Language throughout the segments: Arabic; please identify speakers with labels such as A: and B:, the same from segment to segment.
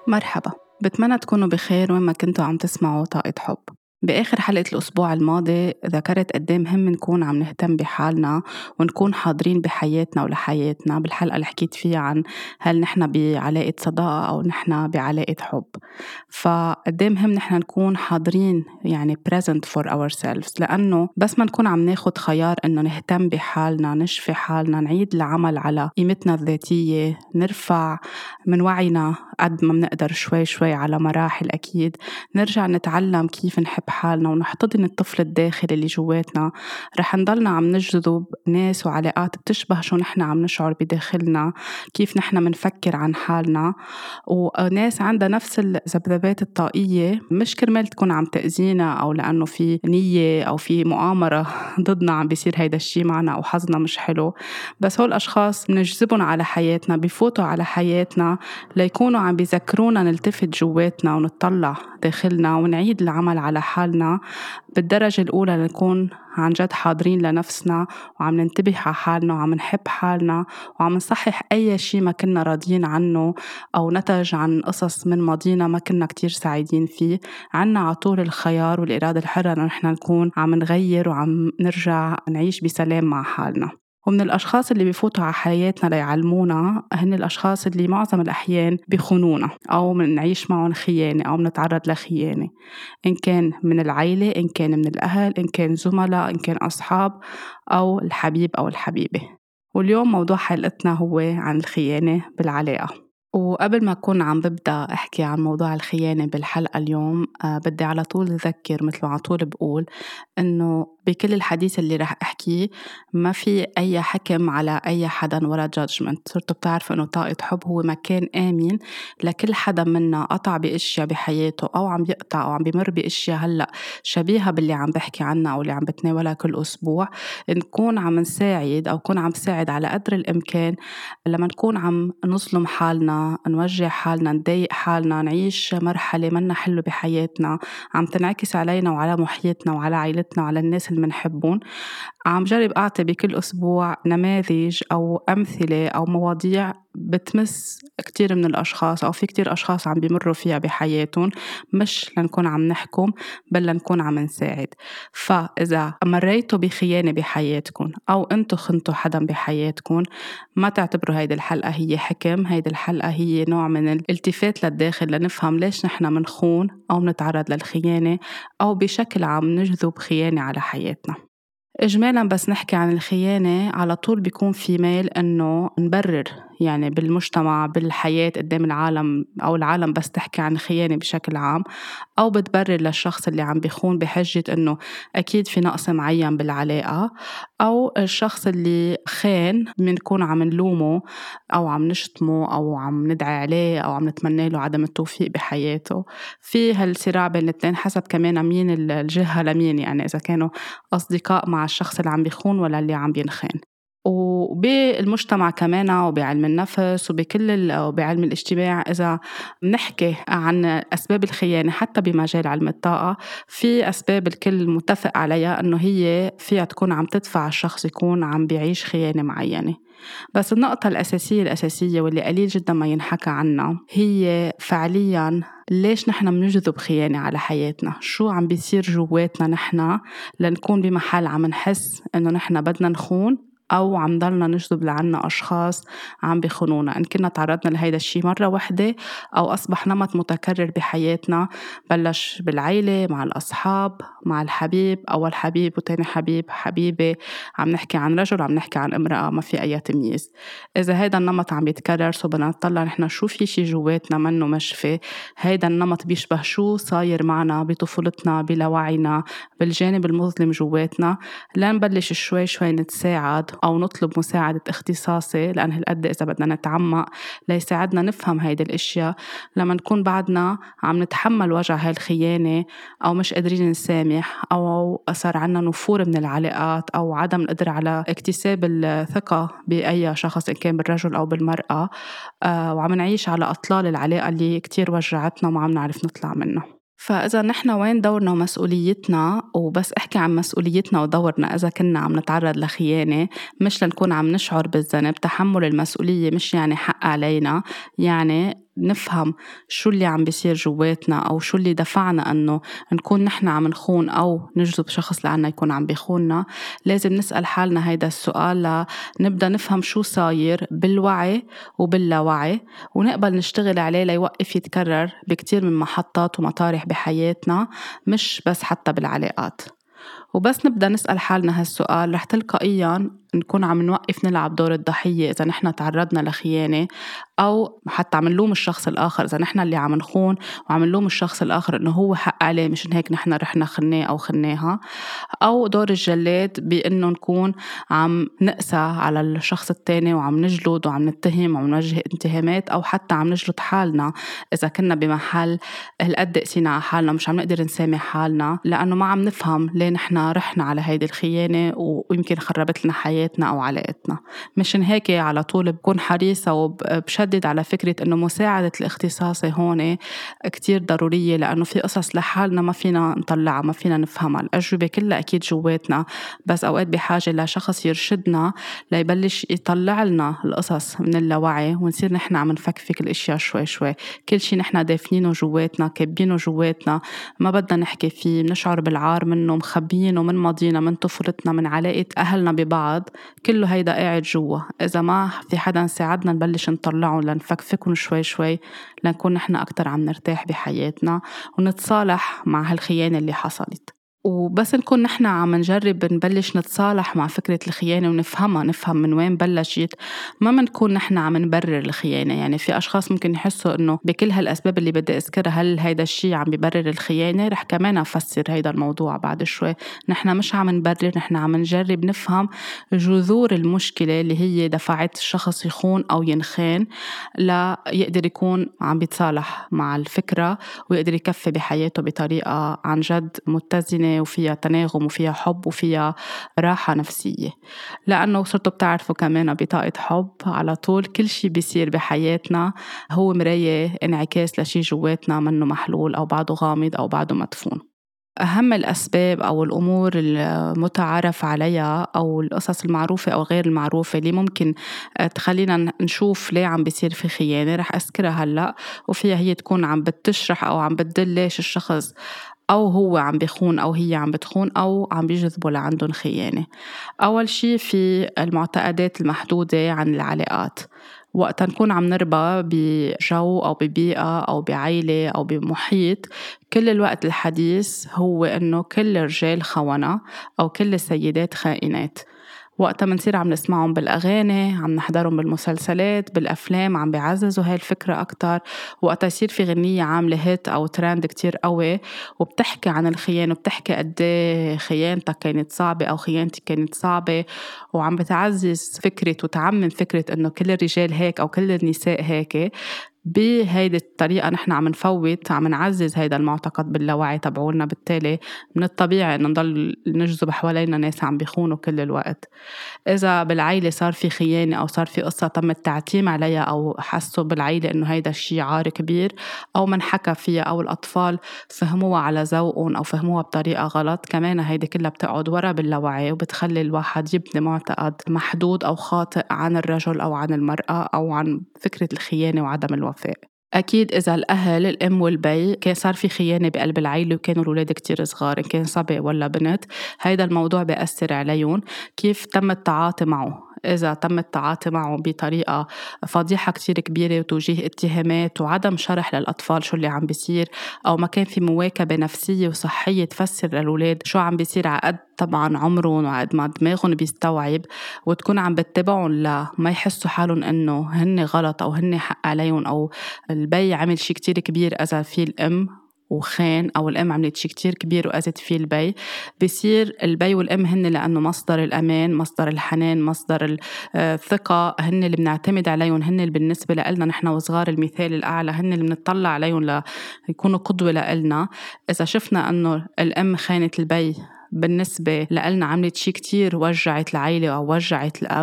A: مرحبا، بتمنى تكونوا بخير وين ما كنتوا عم تسمعوا طاقة حب. بآخر حلقة الأسبوع الماضي ذكرت قد إيه مهم نكون عم نهتم بحالنا ونكون حاضرين بحياتنا ولحياتنا. بالحلقة اللي حكيت فيها عن هل نحن بعلاقة صداقة أو نحن بعلاقة حب، فقد إيه مهم نحن نكون حاضرين، يعني present for ourselves، لأنه بس ما نكون عم ناخد خيار إنه نهتم بحالنا، نشفي حالنا، نعيد العمل على قيمتنا الذاتية، نرفع من وعينا قد ما بنقدر شوي شوي على مراحل. أكيد نرجع نتعلم كيف نحب حالنا ونحتضن الطفل الداخلي اللي جواتنا. رح نضلنا عم نجذب ناس وعلاقات بتشبه شو نحن عم نشعر بداخلنا، كيف نحن منفكر عن حالنا، وناس عندها نفس الذبذبات الطاقية، مش كرمال تكون عم تأذينا أو لأنه في نية أو في مؤامرة ضدنا عم بيصير هيدا الشي معنا أو حظنا مش حلو. بس هول الأشخاص بنجذبهم على حياتنا، بيفوتوا على حياتنا ليكونوا عم بيذكرونا نلتفت جواتنا ونطلع داخلنا ونعيد العمل على حالنا بالدرجة الأولى، لنكون عن جد حاضرين لنفسنا وعم ننتبه على حالنا وعم نحب حالنا وعم نصحح أي شيء ما كنا راضيين عنه أو نتج عن قصص من ماضينا ما كنا كتير سعيدين فيه. عنا عطول الخيار والإرادة الحرة إنه نحن نكون عم نغير وعم نرجع نعيش بسلام مع حالنا. ومن الأشخاص اللي بيفوتوا على حياتنا ليعلمونا هن الأشخاص اللي معظم الأحيان بيخونونا أو منعيش معهم خيانة أو منتعرض لخيانة، إن كان من العيلة، إن كان من الأهل، إن كان زملاء، إن كان أصحاب، أو الحبيب أو الحبيبة. واليوم موضوع حلقتنا هو عن الخيانة بالعلاقة. وقبل ما أكون عم ببدأ أحكي عن موضوع الخيانة بالحلقة اليوم، بدي على طول أذكر مثل على طول بقول إنه بكل الحديث اللي رح أحكيه ما في أي حكم على أي حدا ولا judgment. صرتوا بتعرفوا إنه طاقة حب هو مكان آمن لكل حدا منا قطع بأشياء بحياته أو عم يقطع أو عم بمر بأشياء هلأ شبيهة باللي عم بحكي عنها أو اللي عم بتناولها كل أسبوع. نكون عم نساعد أو كون عم ساعد على قدر الإمكان لما نكون عم نظلم حالنا، نوجع حالنا، نضايق حالنا، نعيش مرحلة منا حلو بحياتنا عم تنعكس علينا وعلى محيطنا وعلى عائلتنا وعلى الناس اللي منحبهم. عم جرب أعطي بكل أسبوع نماذج أو أمثلة أو مواضيع بتمس كتير من الأشخاص أو في كتير أشخاص عم بيمروا فيها بحياتهم، مش لنكون عم نحكم بل لنكون عم نساعد. فإذا مريتوا بخيانة بحياتكم أو أنتوا خنتوا حدا بحياتكم، ما تعتبروا هيدي الحلقة هي حكم. هيدي الحلقة هي نوع من الالتفات للداخل لنفهم ليش نحن منخون أو منتعرض للخيانة أو بشكل عم نجذب خيانة على حياتنا. إجمالاً بس نحكي عن الخيانة على طول بيكون في ميل إنه نبرر، يعني بالمجتمع بالحياة قدام العالم أو العالم بس تحكي عن الخيانة بشكل عام، أو بتبرر للشخص اللي عم بيخون بحجة إنه أكيد في نقص معين بالعلاقة، أو الشخص اللي خان منكون عم نلومه أو عم نشتمه أو عم ندعي عليه أو عم نتمنى له عدم التوفيق بحياته. في هالصراع بين الاثنين حسب كمان مين الجهة لمين، يعني إذا كانوا أصدقاء مع الشخص اللي عم بيخون ولا اللي عم بينخان. وبالمجتمع كمان وبعلم النفس وبعلم الاجتماع، إذا بنحكي عن أسباب الخيانة حتى بمجال علم الطاقة، في أسباب الكل متفق عليها أنه هي فيها تكون عم تدفع الشخص يكون عم بيعيش خيانة معينة. بس النقطة الأساسية واللي قليل جدا ما ينحكى عنها هي فعليا ليش نحن منجذب خيانة على حياتنا، شو عم بيصير جواتنا نحن لنكون بمحل عم نحس إنه نحن بدنا نخون أو عم ضلنا نجذب لعنا أشخاص عم بيخونونا. إن كنا تعرضنا لهيدا الشي مرة واحدة أو أصبح نمط متكرر بحياتنا، بلش بالعيلة مع الأصحاب مع الحبيب، أول حبيب وتاني حبيب حبيبة، عم نحكي عن رجل عم نحكي عن امرأة، ما في أي تمييز. إذا هيدا النمط عم بيتكرر بدنا نطلع نحن شو في شي جواتنا منه مشفي. هيدا النمط بيشبه شو صاير معنا بطفولتنا بلاوعينا بالجانب المظلم جواتنا. لنبلش شوي شوي نتساعد أو نطلب مساعدة اختصاصي، لأن هالقد إذا بدنا نتعمق ليساعدنا نفهم هيدا الاشياء لما نكون بعدنا عم نتحمل وجع هالخيانة أو مش قادرين نسامح أو صار عنا نفور من العلاقات أو عدم القدرة على اكتساب الثقة بأي شخص إن كان بالرجل أو بالمرأة، وعم نعيش على أطلال العلاقة اللي كتير وجعتنا وما عم نعرف نطلع منها. فإذا نحن وين دورنا ومسؤوليتنا، وبس أحكي عن مسؤوليتنا ودورنا إذا كنا عم نتعرض لخيانة، مش لنكون عم نشعر بالذنب. تحمل المسؤولية مش يعني حق علينا، يعني نفهم شو اللي عم بيصير جواتنا أو شو اللي دفعنا أنه نكون نحن عم نخون أو نجذب شخص لعنا يكون عم بيخوننا، لازم نسأل حالنا هيدا السؤال لنبدأ نفهم شو صاير بالوعي وباللاوعي، ونقبل نشتغل عليه ليوقف يتكرر بكتير من محطات ومطارح بحياتنا، مش بس حتى بالعلاقات. وبس نبدأ نسأل حالنا هالسؤال رح تلقائياً نكون عم نوقف نلعب دور الضحية إذا نحن تعرضنا لخيانة، أو حتى عم نلوم الشخص الآخر إذا نحن اللي عم نخون وعم نلوم الشخص الآخر إنه هو حق عليه مشان هيك نحن رحنا خناه أو خناها، أو دور الجلاد بإنه نكون عم نقسى على الشخص التاني وعم نجلد وعم نتهم وعم نوجه اتهامات، أو حتى عم نجلد حالنا إذا كنا بمحل هالقد قسينا على حالنا مش عم نقدر نسامح حالنا لأنه ما عم نفهم ليه نحن رحنا على هيدي الخيانة ويمكن خربت لنا حياتنا أو علاقتنا. مشان هيك على طول بكون حريصة وبشدد على فكرة إنه مساعدة الاختصاصي هون كتير ضرورية، لأنه في قصص لحالنا ما فينا نطلعها ما فينا نفهمها، الأجوبة كلها أكيد جواتنا، بس أوقات بحاجة لشخص يرشدنا ليبلش يطلع لنا القصص من اللاوعي ونصير نحن عم نفكفك الأشياء شوي شوي. كل شي نحن دافنينه جواتنا كابينه جواتنا ما بدنا نحكي فيه، بنشعر بالعار منه مخبيينه من ماضينا من طفولتنا من علاقة أهلنا ببعض، كله هيدا قاعد جوا. إذا ما في حدا نساعدنا نبلش نطلعه لنفكفكهم شوي شوي لنكون نحن أكتر عم نرتاح بحياتنا ونتصالح مع هالخيانة اللي حصلت. وبس نكون نحن عم نجرب نبلش نتصالح مع فكرة الخيانة ونفهمها، نفهم من وين بلشت، ما منكون نحن عم نبرر الخيانة. يعني في أشخاص ممكن يحسوا إنه بكل هالأسباب اللي بدي أذكرها هل هيدا الشيء عم ببرر الخيانة؟ رح كمان أفسر هيدا الموضوع بعد شوي. نحن مش عم نبرر، نحن عم نجرب نفهم جذور المشكلة اللي هي دفعت الشخص يخون أو ينخان لا يقدر يكون عم بيتصالح مع الفكرة ويقدر يكفي بحياته بطريقة عن جد متزنة وفيها تناغم وفيها حب وفيها راحة نفسية. لأنه صرتوا بتعرفوا كمان بطاقة حب على طول كل شي بيصير بحياتنا هو مراية انعكاس لشي جواتنا منه محلول أو بعده غامض أو بعده مدفون. أهم الأسباب أو الأمور المتعارف عليها أو القصص المعروفة أو غير المعروفة اللي ممكن تخلينا نشوف ليه عم بيصير في خيانة رح أذكرها هلأ، وفيها هي تكون عم بتشرح أو عم بتدل ليش الشخص أو هو عم بيخون أو هي عم بتخون أو عم بيجذبوا لعندهم خيانة. أول شي في المعتقدات المحدودة عن العلاقات. وقتا نكون عم نربى بجو أو ببيئة أو بعائلة أو بمحيط كل الوقت الحديث هو إنه كل الرجال خونة أو كل السيدات خائنات. وقتها منصير عم نسمعهم بالأغاني، عم نحضرهم بالمسلسلات بالأفلام، عم بيعززوا هاي الفكرة أكتر. وقتها يصير في غنية عاملة هيت أو ترند كتير قوي وبتحكي عن الخيانة وبتحكي قديه خيانتك كانت صعبة أو خيانتك كانت صعبة، وعم بتعزز فكرة وتعمم فكرة إنه كل الرجال هيك أو كل النساء هيك. بهيدي الطريقة نحن عم نفوت عم نعزز هيدا المعتقد باللاوعي تبعولنا، بالتالي من الطبيعي إن نضل نجذب حوالينا ناس عم بيخونوا كل الوقت. إذا بالعيلة صار في خيانة أو صار في قصة تم التعتيم عليها أو حسوا بالعيلة إنه هيدا الشيء عار كبير أو من حكى فيها أو الأطفال فهموها على ذوقهم أو فهموها بطريقة غلط، كمان هيدي كلها بتقعد ورا باللاوعي وبتخلي الواحد يبني معتقد محدود أو خاطئ عن الرجل أو عن المرأة أو عن فكرة الخيانة وعدم الوفاء. أكيد إذا الأهل الأم والبي كان صار في خيانة بقلب العيلة وكانوا الولاد كتير صغار إن كان صبي ولا بنت، هيدا الموضوع بيأثر عليهم. كيف تم التعاطي معه؟ إذا تم التعاطي معه بطريقة فضيحة كتير كبيرة وتوجيه اتهامات وعدم شرح للأطفال شو اللي عم بيصير، أو ما كان في مواكبة نفسية وصحية تفسر للولاد شو عم بيصير عقد طبعا عمرهم وعقد ما دماغهم بيستوعب، وتكون عم بتبعهم لما يحسوا حالهم إنه هن غلط أو هن حق عليهم أو البي عمل شي كتير كبير أذى فيه الأم وخان، أو الأم عملت شي كتير كبير وأذت فيه البي. بيصير البي والأم هن لأنه مصدر الأمان مصدر الحنان مصدر الثقة، هن اللي بنعتمد عليهم، هن اللي بالنسبة لنا نحن وصغار المثال الأعلى، هن اللي بنطلع عليهم ليكونوا قدوة لنا. إذا شفنا أنه الأم خانت البي بالنسبة لنا عملت شي كتير وجعت العائلة أو وجعت الأب،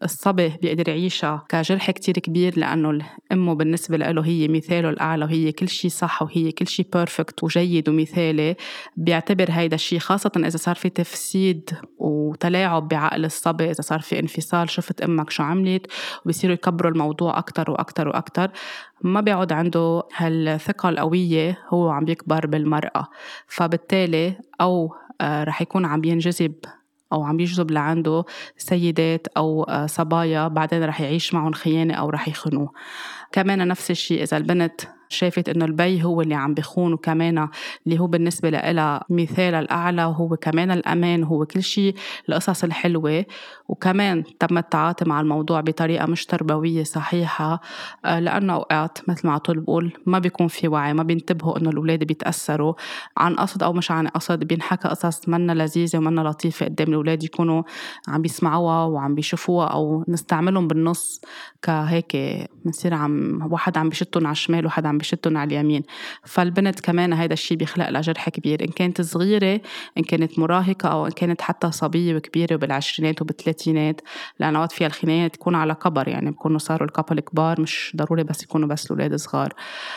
A: الصبي بيقدر يعيشها كجرح كتير كبير، لأنه أمه بالنسبة له هي مثاله الأعلى وهي كل شي صح وهي كل شي بيرفكت وجيد ومثالي. بيعتبر هيدا الشي، خاصة إذا صار في تفسيد وتلاعب بعقل الصبي، إذا صار في انفصال، شفت أمك شو عملت، وبيصيروا يكبروا الموضوع أكتر وأكتر وأكتر. ما بيعود عنده هالثقة القوية هو عم بيكبر بالمرأة، فبالتالي أو رح يكون عم ينجذب أو عم يجذب لعنده سيدات أو صبايا بعدين رح يعيش معهم خيانة أو رح يخنوه. كمان نفس الشيء إذا البنت شافت إنه البي هو اللي عم بيخون، وكمان اللي هو بالنسبة لها مثال الأعلى وهو كمان الأمان وهو كل شيء، القصص الحلوة، وكمان تم التعاطي مع الموضوع بطريقة مش تربوية صحيحة، لأنه أوقات مثل ما عطول بقول ما بيكون في وعي، ما بينتبهوا إنه الأولاد بيتأثروا عن قصد أو مش عن قصد. بينحكى قصص منا لذيذة ومنا لطيفة قدام الأولاد يكونوا عم بيسمعوها وعم بيشوفوها، أو نستعملهم بالنص كهيك منصير واحد عم بيشتن على الشمال وواحد عم بيشتن على اليمين. فالبنت كمان هيدا الشيء بيخلق لها جرح كبير، إن كانت صغيرة، إن كانت مراهقة، أو إن كانت حتى صبية وكبيرة بالعشرينات وبالثلاثينات، لأن أوقات فيها الخناقة تكون على كبر، يعني بيكونوا صاروا الكابل كبار، مش ضروري بس يكونوا بس الأولاد صغار.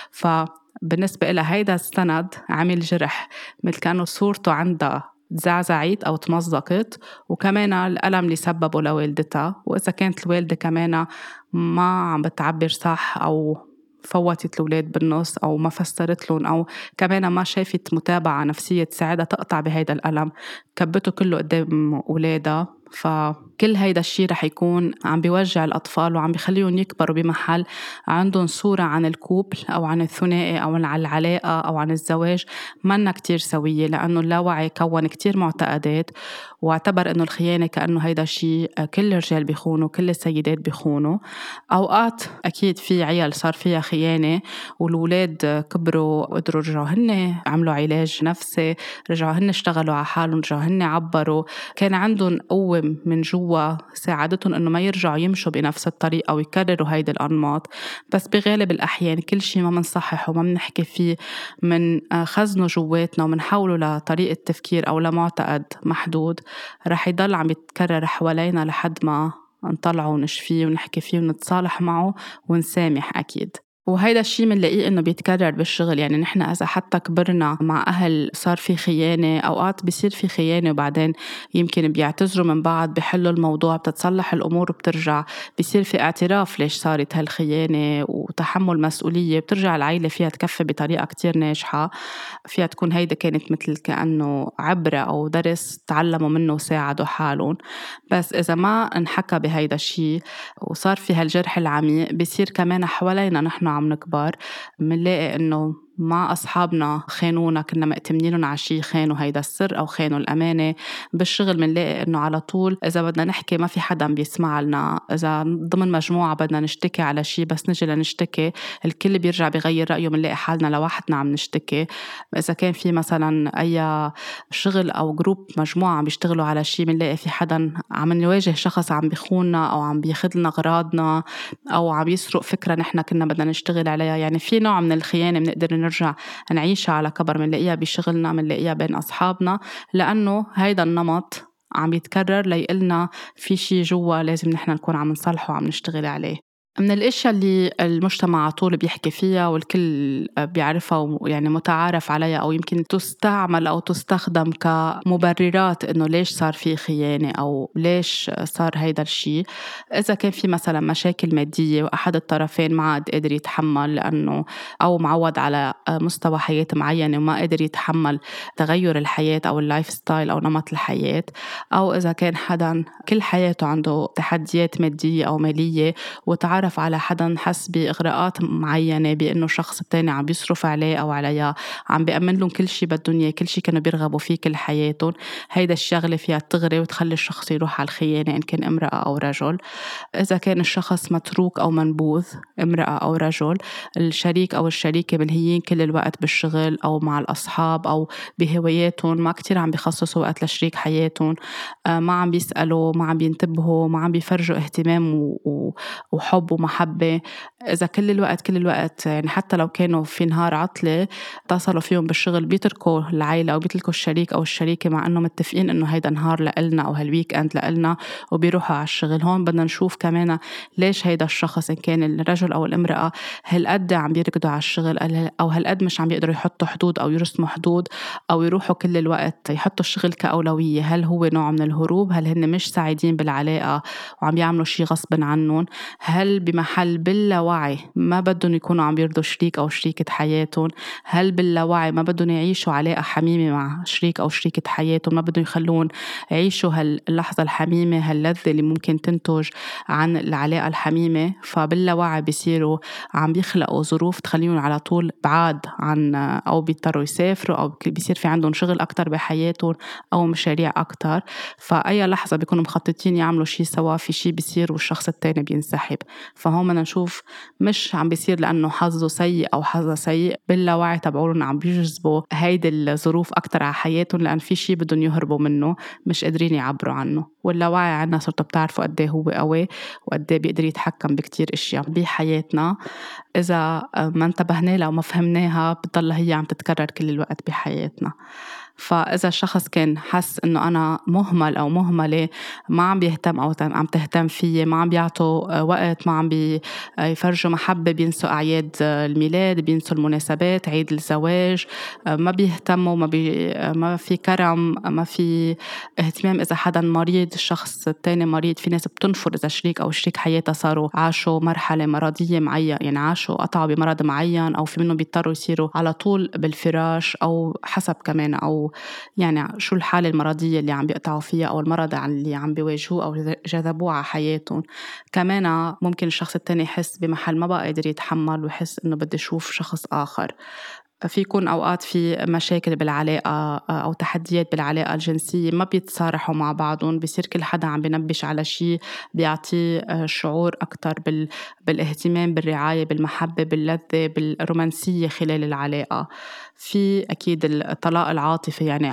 A: فبالنسبة لها هيدا السند عمل جرح، مثل كأنه صورته عندها تزعزعت أو تمزقت، وكمان الألم اللي سببه لوالدتها. وإذا كانت الوالدة كمان ما عم بتعبر صح أو فوتت الأولاد بالنص أو ما فسرت لهم، أو كمان ما شافت متابعة نفسية تساعدها تقطع بهيدا الألم، كبته كله قدام أولادها. فكل هيدا الشيء رح يكون عم بيوجع الأطفال وعم بيخليهم يكبروا بمحل عندهم صورة عن الكوبل أو عن الثنائي أو عن العلاقة أو عن الزواج منا كتير سوية، لأنه اللاوعي كون كتير معتقدات واعتبر أنه الخيانة كأنه هيدا شيء كل الرجال بيخونوا، كل السيدات بيخونوا. أوقات أكيد في عيال صار فيها خيانة والولاد كبروا وقدروا رجعوا هن عملوا علاج نفسي، رجعوا هن اشتغلوا على حالهم، رجعوا هن عبروا، كان عندهم قوة من جوا ساعدتهم أنه ما يرجعوا يمشوا بنفس الطريقة ويكرروا هيدا الأنماط. بس بغالب الأحيان كل شيء ما منصحح وما منحكي فيه، من خزنه جواتنا ومنحوله لطريقة تفكير أو لمعتقد محدود، رح يضل عم يتكرر حوالينا لحد ما نطلعه ونشفيه ونحكي فيه ونتصالح معه ونسامح أكيد. وهيدا الشيء منلاقيه إنه بيتكرر بالشغل، يعني نحن إذا حتى كبرنا مع أهل صار في خيانة، أوقات بيصير في خيانة وبعدين يمكن بيعتذروا من بعض، بيحلوا الموضوع، بتتصلح الأمور وبترجع، بيصير في اعتراف ليش صارت هالخيانة وتحمل مسؤولية، بترجع العائلة فيها تكفي بطريقة كتير ناجحة. فيها تكون هيدا كانت مثل كأنه عبرة أو درس تعلموا منه وساعدوا حالهم. بس إذا ما انحكى بهيدا الشيء وصار في هالجرح العميق، بيصير كمان حوالينا نحن عم نكبر منلاقي إنه مع أصحابنا خانونا، كنا مأتمنينهم على شيء خانوا هيدا السر أو خانوا الأمانة. بالشغل منلاقي إنه على طول إذا بدنا نحكي ما في حدا بيسمع لنا، إذا ضمن مجموعة بدنا نشتكي على شيء بس نجي لنشتكي الكل بيرجع بيغير رأيه، منلاقي حالنا لوحدنا عم نشتكي. إذا كان في مثلا أي شغل أو جروب مجموعة عم بيشتغلوا على شيء، منلاقي في حدا عم نواجه شخص عم بيخوننا أو عم بياخد لنا أغراضنا أو عم يسرق فكرة نحن كنا بدنا نشتغل عليها. يعني في نوع من الخيانة بنقدر نرجع نعيشها على كبر، منلاقيها بشغلنا، منلاقيها بين أصحابنا، لأنه هيدا النمط عم يتكرر ليقلنا في شي جوا لازم نحن نكون عم نصلحه وعم نشتغل عليه. من الاشياء اللي المجتمع على طول بيحكي فيها والكل بيعرفها ويعني متعارف عليها او يمكن تستعمل او تستخدم كمبررات انه ليش صار في خيانة او ليش صار هيدا الشيء، اذا كان في مثلا مشاكل مادية واحد الطرفين ما عاد قادر يتحمل لانه او معود على مستوى حياة معينة وما قادر يتحمل تغير الحياة او اللايف ستايل او نمط الحياة، او اذا كان حدا كل حياته عنده تحديات مادية او مالية وتعرف على حدا حس بإغراءات معينة بأنه شخص التاني عم بيصرف عليه أو عليها، عم بيأمن لهم كل شي بدهم إياه، كل شي كانوا بيرغبوا فيه كل حياتهم، هيدا الشغلة فيها تغري وتخلي الشخص يروح على الخيانة إن كان امرأة أو رجل. إذا كان الشخص متروك أو منبوذ، امرأة أو رجل، الشريك أو الشريكة ملهيين كل الوقت بالشغل أو مع الأصحاب أو بهواياتهم، ما كتير عم بيخصصوا وقت لشريك حياتهم، ما عم بيسألوا، ما عم بينتبهوا، ما عم بيفرجوا اهتمام وحب ومحبة. إذا كل الوقت يعني حتى لو كانوا في نهار عطلة اتصلوا فيهم بالشغل بيتركوا العائلة أو بيتركوا الشريك أو الشريكة مع أنه متفقين أنه هيدا نهار لإلنا أو هالويك أند لإلنا وبيروحوا على الشغل. هون بدنا نشوف كمان ليش هيدا الشخص إن كان الرجل أو الامرأة هالقد عم بيركضوا على الشغل أو هالقد مش عم بيقدروا يحطوا حدود أو يرسموا حدود أو يروحوا كل الوقت يحطوا الشغل كأولوية. هل هو نوع من الهروب؟ هل هن مش سعيدين بالعلاقة وعم يعملوا شي غصب عنهم؟ هل بمحل باللاوعي ما بدهم يكونوا عم يرضوا شريك أو شريكة حياتهم؟ هل باللاوعي ما بدهم يعيشوا علاقة حميمة مع شريك أو شريكة حياتهم؟ ما بدهم يخلون يعيشوا هاللحظة الحميمة، هاللذة اللي ممكن تنتج عن العلاقة الحميمة؟ فباللاوعي بيصيروا عم بيخلقوا ظروف تخليهم على طول بعاد عن، أو بيضطروا يسافروا، أو بيصير في عندهم شغل أكتر بحياتهم أو مشاريع أكتر. فأي لحظة بيكونوا مخططين يعملوا شيء سوا في شيء بيصير والشخص التاني بينسحب. فهم بدنا نشوف مش عم بيصير لأنه حظه سيء أو حظه سيء، باللاوعي تبعولهم عم بيجذبوا هيدي الظروف أكتر على حياتهم لأن في شيء بدهم يهربوا منه مش قادرين يعبروا عنه. واللاوعي عنا صرتوا بتعرفوا قديه هو قوي وقديه بيقدر يتحكم بكتير اشياء بحياتنا. إذا ما انتبهنا لها وما فهمناها بتضل هي عم تتكرر كل الوقت بحياتنا. فإذا الشخص كان حس إنه أنا مهمل أو مهملة، ما عم بيهتم أو عم تهتم فيه، ما عم بيعطوا وقت، ما عم بيفرجوا محبة، بينسوا أعياد الميلاد، بينسوا المناسبات، عيد الزواج، ما بيهتموا، ما في كرم، ما في اهتمام. إذا حدا مريض، الشخص التاني مريض، في ناس بتنفر إذا شريك أو شريك حياتها صاروا عاشوا مرحلة مرضية معينة، يعني عاشوا قطعوا بمرض معين، أو في منهم بيضطروا يصيروا على طول بالفراش، أو حسب كمان أو يعني شو الحالة المرضية اللي عم بيقطعوا فيها أو المرض اللي عم بيواجهوه أو جذبوه على حياتهم. كمان ممكن الشخص التاني يحس بمحل ما بقى قادر يتحمل ويحس إنه بدي أشوف شخص آخر. في يكون أوقات في مشاكل بالعلاقة أو تحديات بالعلاقة الجنسية، ما بيتصارحوا مع بعضهم، بيصير كل حدا عم بينبش على شيء بيعطيه شعور أكتر بالاهتمام، بالرعاية، بالمحبة، باللذة، بالرومانسية خلال العلاقة. في أكيد الطلاق العاطفي، يعني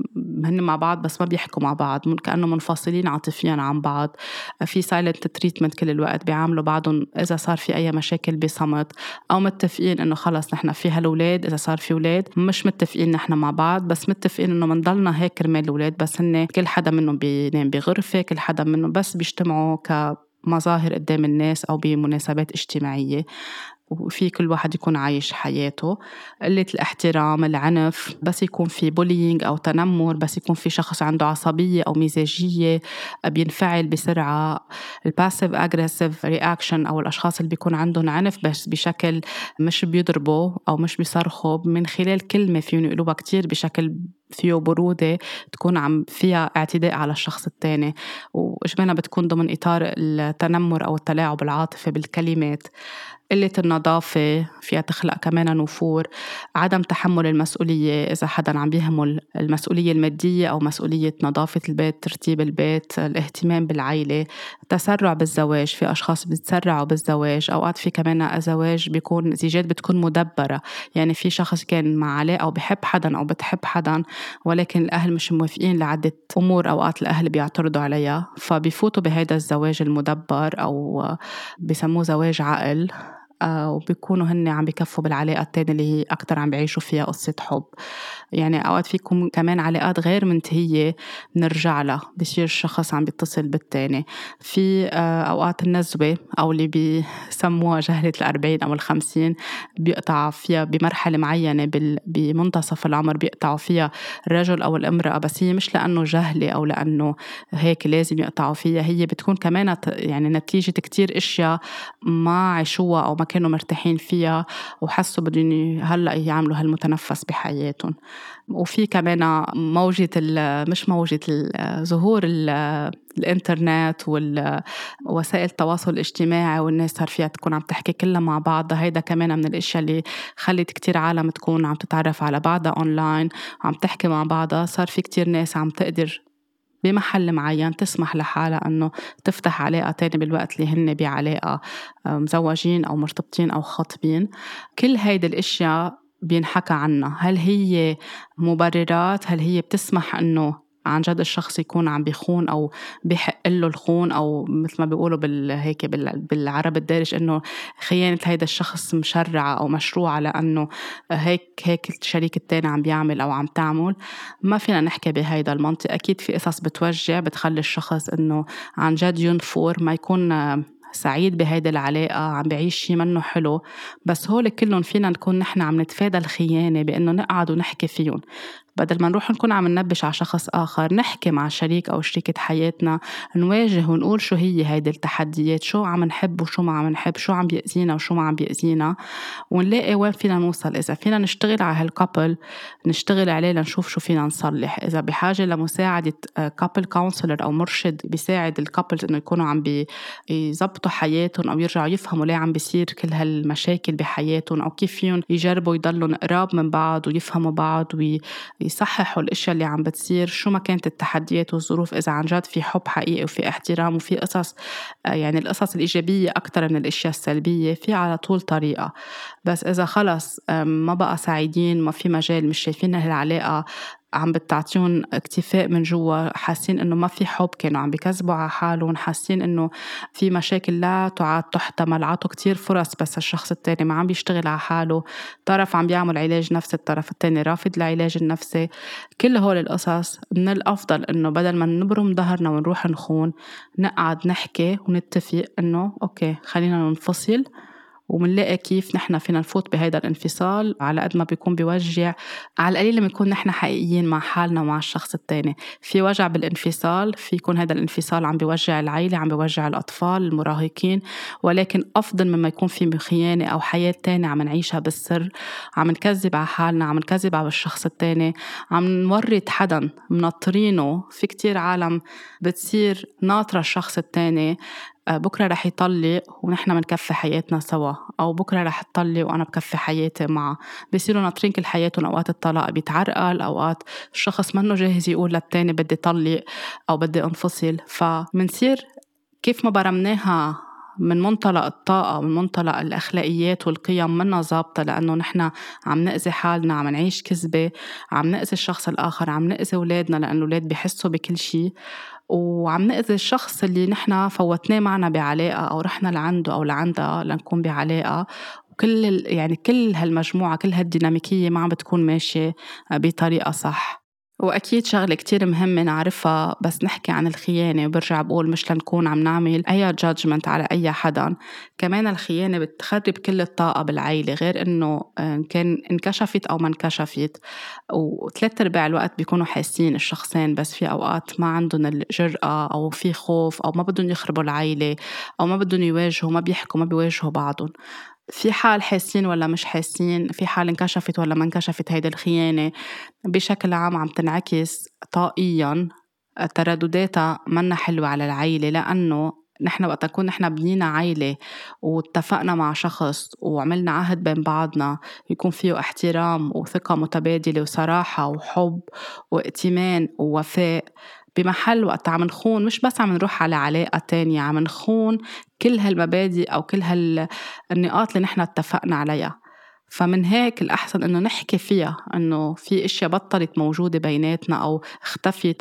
A: هن مع بعض بس ما بيحكوا مع بعض، كأنه منفصلين عاطفيا عن بعض. في silent treatment كل الوقت، بيعاملوا بعضهم إذا صار في أي مشاكل بصمت، أو متفقين إنه خلص نحن في هالولاد، إذا صار في ولاد مش متفقين نحن مع بعض بس متفقين إنه منضلنا هيك كرمال الولاد، بس هن كل حدا منهم بينام بغرفة، كل حدا منهم بس بيجتمعوا كمظاهر قدام الناس أو بمناسبات اجتماعية، وفي كل واحد يكون عايش حياته. قلة الاحترام، العنف، بس يكون في بولينج أو تنمر، بس يكون في شخص عنده عصبية أو مزاجية بينفعل بسرعة. الباسيف أجريسيف رياكشن، أو الأشخاص اللي بيكون عندهم عنف بس بشكل مش بيضربوا أو مش بيصرخوا، من خلال كلمة فيهم يقولوها كتير بشكل فيه برودة، تكون عم فيها اعتداء على الشخص التاني، وإجمالا بتكون ضمن إطار التنمر أو التلاعب العاطفي بالكلمات. قلة النظافة فيها تخلق كمان نفور. عدم تحمل المسؤولية، إذا حدا عم بيهمل المسؤولية المادية أو مسؤولية نظافة البيت، ترتيب البيت، الاهتمام بالعائلة. تسرع بالزواج، في أشخاص بيتسرعوا بالزواج. أوقات في كمان زواج بيكون زيجات بتكون مدبرة، يعني في شخص كان مع علاقة أو بحب حدا أو بتحب حدا ولكن الأهل مش موافقين لعدة أمور، أوقات الأهل بيعترضوا عليها فبيفوتوا بهذا الزواج المدبر أو بيسموه زواج عقل، وبيكونوا هن عم بيكفوا بالعلاقة التانية اللي هي أكتر عم بيعيشوا فيها قصة حب. يعني أوقات فيكم كمان علاقات غير منتهية نرجع لها، بيصير الشخص عم بيتصل بالتاني. في أوقات النزوة أو اللي بيسموها جهلة 40 أو 50 بيقطع فيها بمرحلة معينة بمنتصف العمر، بيقطعوا فيها الرجل أو الامرأة، بس هي مش لأنه جهلة أو لأنه هيك لازم يقطعوا فيها، هي بتكون كمان يعني نتيجة كتير إشياء ما عاشوها أو ما كانوا مرتاحين فيها وحسوا بدهم هلأ يعملوا هالمتنفس بحياتهم. وفي كمان مش موجة ظهور الإنترنت ووسائل التواصل الاجتماعي، والناس صار فيها تكون عم تحكي كلها مع بعضها. هيدا كمان من الاشياء اللي خلت كتير عالم تكون عم تتعرف على بعضها أونلاين، عم تحكي مع بعضها. صار في كتير ناس عم تقدر بمحل معين تسمح لحالها أنه تفتح علاقة تاني بالوقت اللي هن بعلاقة مزوجين أو مرتبطين أو خاطبين. كل هيدا الاشياء بينحكى عنها، هل هي مبررات؟ هل هي بتسمح أنه عن جد الشخص يكون عم بيخون أو بيحق له الخون، أو مثل ما بيقولوا هيك بالعرب الدارج إنه خيانة هيدا الشخص مشرعة أو مشروعة، لأنه هيك الشريك التاني عم بيعمل أو عم تعمل. ما فينا نحكي بهيدا المنطق. أكيد في قصص بتوجع بتخلي الشخص إنه عن جد ينفر، ما يكون سعيد بهيدا العلاقة، عم بعيش شي منه حلو. بس هول كلهم فينا نكون نحن عم نتفادى الخيانة بأنه نقعد ونحكي فيهم، بدل ما نروح نكون عم ننبش على شخص آخر. نحكي مع شريك أو شريكة حياتنا، نواجه ونقول شو هي هيدي التحديات، شو عم نحب وشو ما عم نحب، شو عم بيأذينا وشو ما عم بيأذينا، ونلاقي وين فينا نوصل. إذا فينا نشتغل على هالكابل نشتغل عليه لنشوف شو فينا نصلح. إذا بحاجة لمساعدة كابل كونسلر أو مرشد بيساعد الكابل إنه يكونوا عم يزبطوا حياتهم أو يرجعوا يفهموا ليه عم بيصير كل هالمشاكل بحياتهم، أو كيف فيهم يجربوا يضلوا قراب من بعض ويفهموا بعض يصححوا الاشياء اللي عم بتصير، شو ما كانت التحديات والظروف. اذا عن جد في حب حقيقي وفي احترام وفي قصص، يعني القصص الايجابيه اكثر من الاشياء السلبيه، في على طول طريقه. بس اذا خلص ما بقى سعيدين، ما في مجال، مش شايفين هالعلاقه عم بتعطيهم اكتفاء من جوا، حاسين انه ما في حب، كانوا عم بيكذبوا على حالهم، حاسين انه في مشاكل لا تعاد تحتمل، عطوا كتير فرص بس الشخص التاني ما عم بيشتغل على حاله، طرف عم بيعمل علاج نفسي، الطرف التاني رافض العلاج النفسي، كل هول القصص، من الأفضل إنه بدل ما نبرم ظهرنا ونروح نخون، نقعد نحكي ونتفق إنه أوكي خلينا ننفصل، ومنلاقي كيف نحن فينا نفوت بهيدا الانفصال. على قد ما بيكون بيوجع، على القليل لما نكون نحن حقيقيين مع حالنا ومع الشخص التاني. في وجع بالانفصال، في يكون هيدا الانفصال عم بيوجع العيلة، عم بيوجع الأطفال المراهقين، ولكن أفضل مما يكون في خيانة أو حياة تانية عم نعيشها بالسر، عم نكذب على حالنا، عم نكذب على الشخص التاني، عم نورط حدا منطرينه. في كتير عالم بتصير ناطرة الشخص التاني بكرة رح يطلق ونحن منكفي حياتنا سوا، أو بكرة رح تطلق وأنا بكفي حياتي معه. بيصيروا ناطرين كل حياتهم. أوقات الطلاق بيتعرقل، أوقات الشخص منه جاهز يقول للتاني بدي طلق أو بدي انفصل. فمنصير كيف ما برمناها من منطلق الطاقة ومن منطلق الأخلاقيات والقيم منا ظابطة، لأنه نحن عم نأذي حالنا، عم نعيش كذبة، عم نأذي الشخص الآخر، عم نأذي أولادنا لأنه الأولاد بيحسوا بكل شيء، وعم نأذي الشخص اللي نحن فوتناه معنا بعلاقة أو رحنا لعنده أو لعندها لنكون بعلاقة. وكل يعني كل هالمجموعة، كل هالديناميكية ما عم بتكون ماشية بطريقة صح. وأكيد شغلة كتير مهمة نعرفها بس نحكي عن الخيانة، وبرجع بقول مش لنكون عم نعمل أي judgment على أي حدا. كمان الخيانة بتخرب كل الطاقة بالعيلة، غير إنه كان انكشفت أو ما انكشفت. وثلاث أرباع الوقت بيكونوا حاسين الشخصين، بس في أوقات ما عندهم الجرأة أو في خوف أو ما بدهم يخربوا العيلة أو ما بدهم يواجهوا، ما بيحكوا، ما بيواجهوا بعضهم. في حال حاسين ولا مش حاسين، في حال انكشفت ولا ما انكشفت هيدا الخيانة، بشكل عام عم تنعكس طاقيا. تردداتها منا حلوة على العيلة، لأنه نحن وقت نكون نحن بنينا عيلة واتفقنا مع شخص وعملنا عهد بين بعضنا يكون فيه احترام وثقة متبادلة وصراحة وحب وائتمان ووفاء، بمحل وقت عم نخون مش بس عم نروح على علاقة تانية، عم نخون كل هالمبادئ أو كل هالنقاط اللي نحن اتفقنا عليها. فمن هيك الأحسن إنه نحكي فيها، إنه في إشياء بطلت موجودة بيناتنا أو اختفت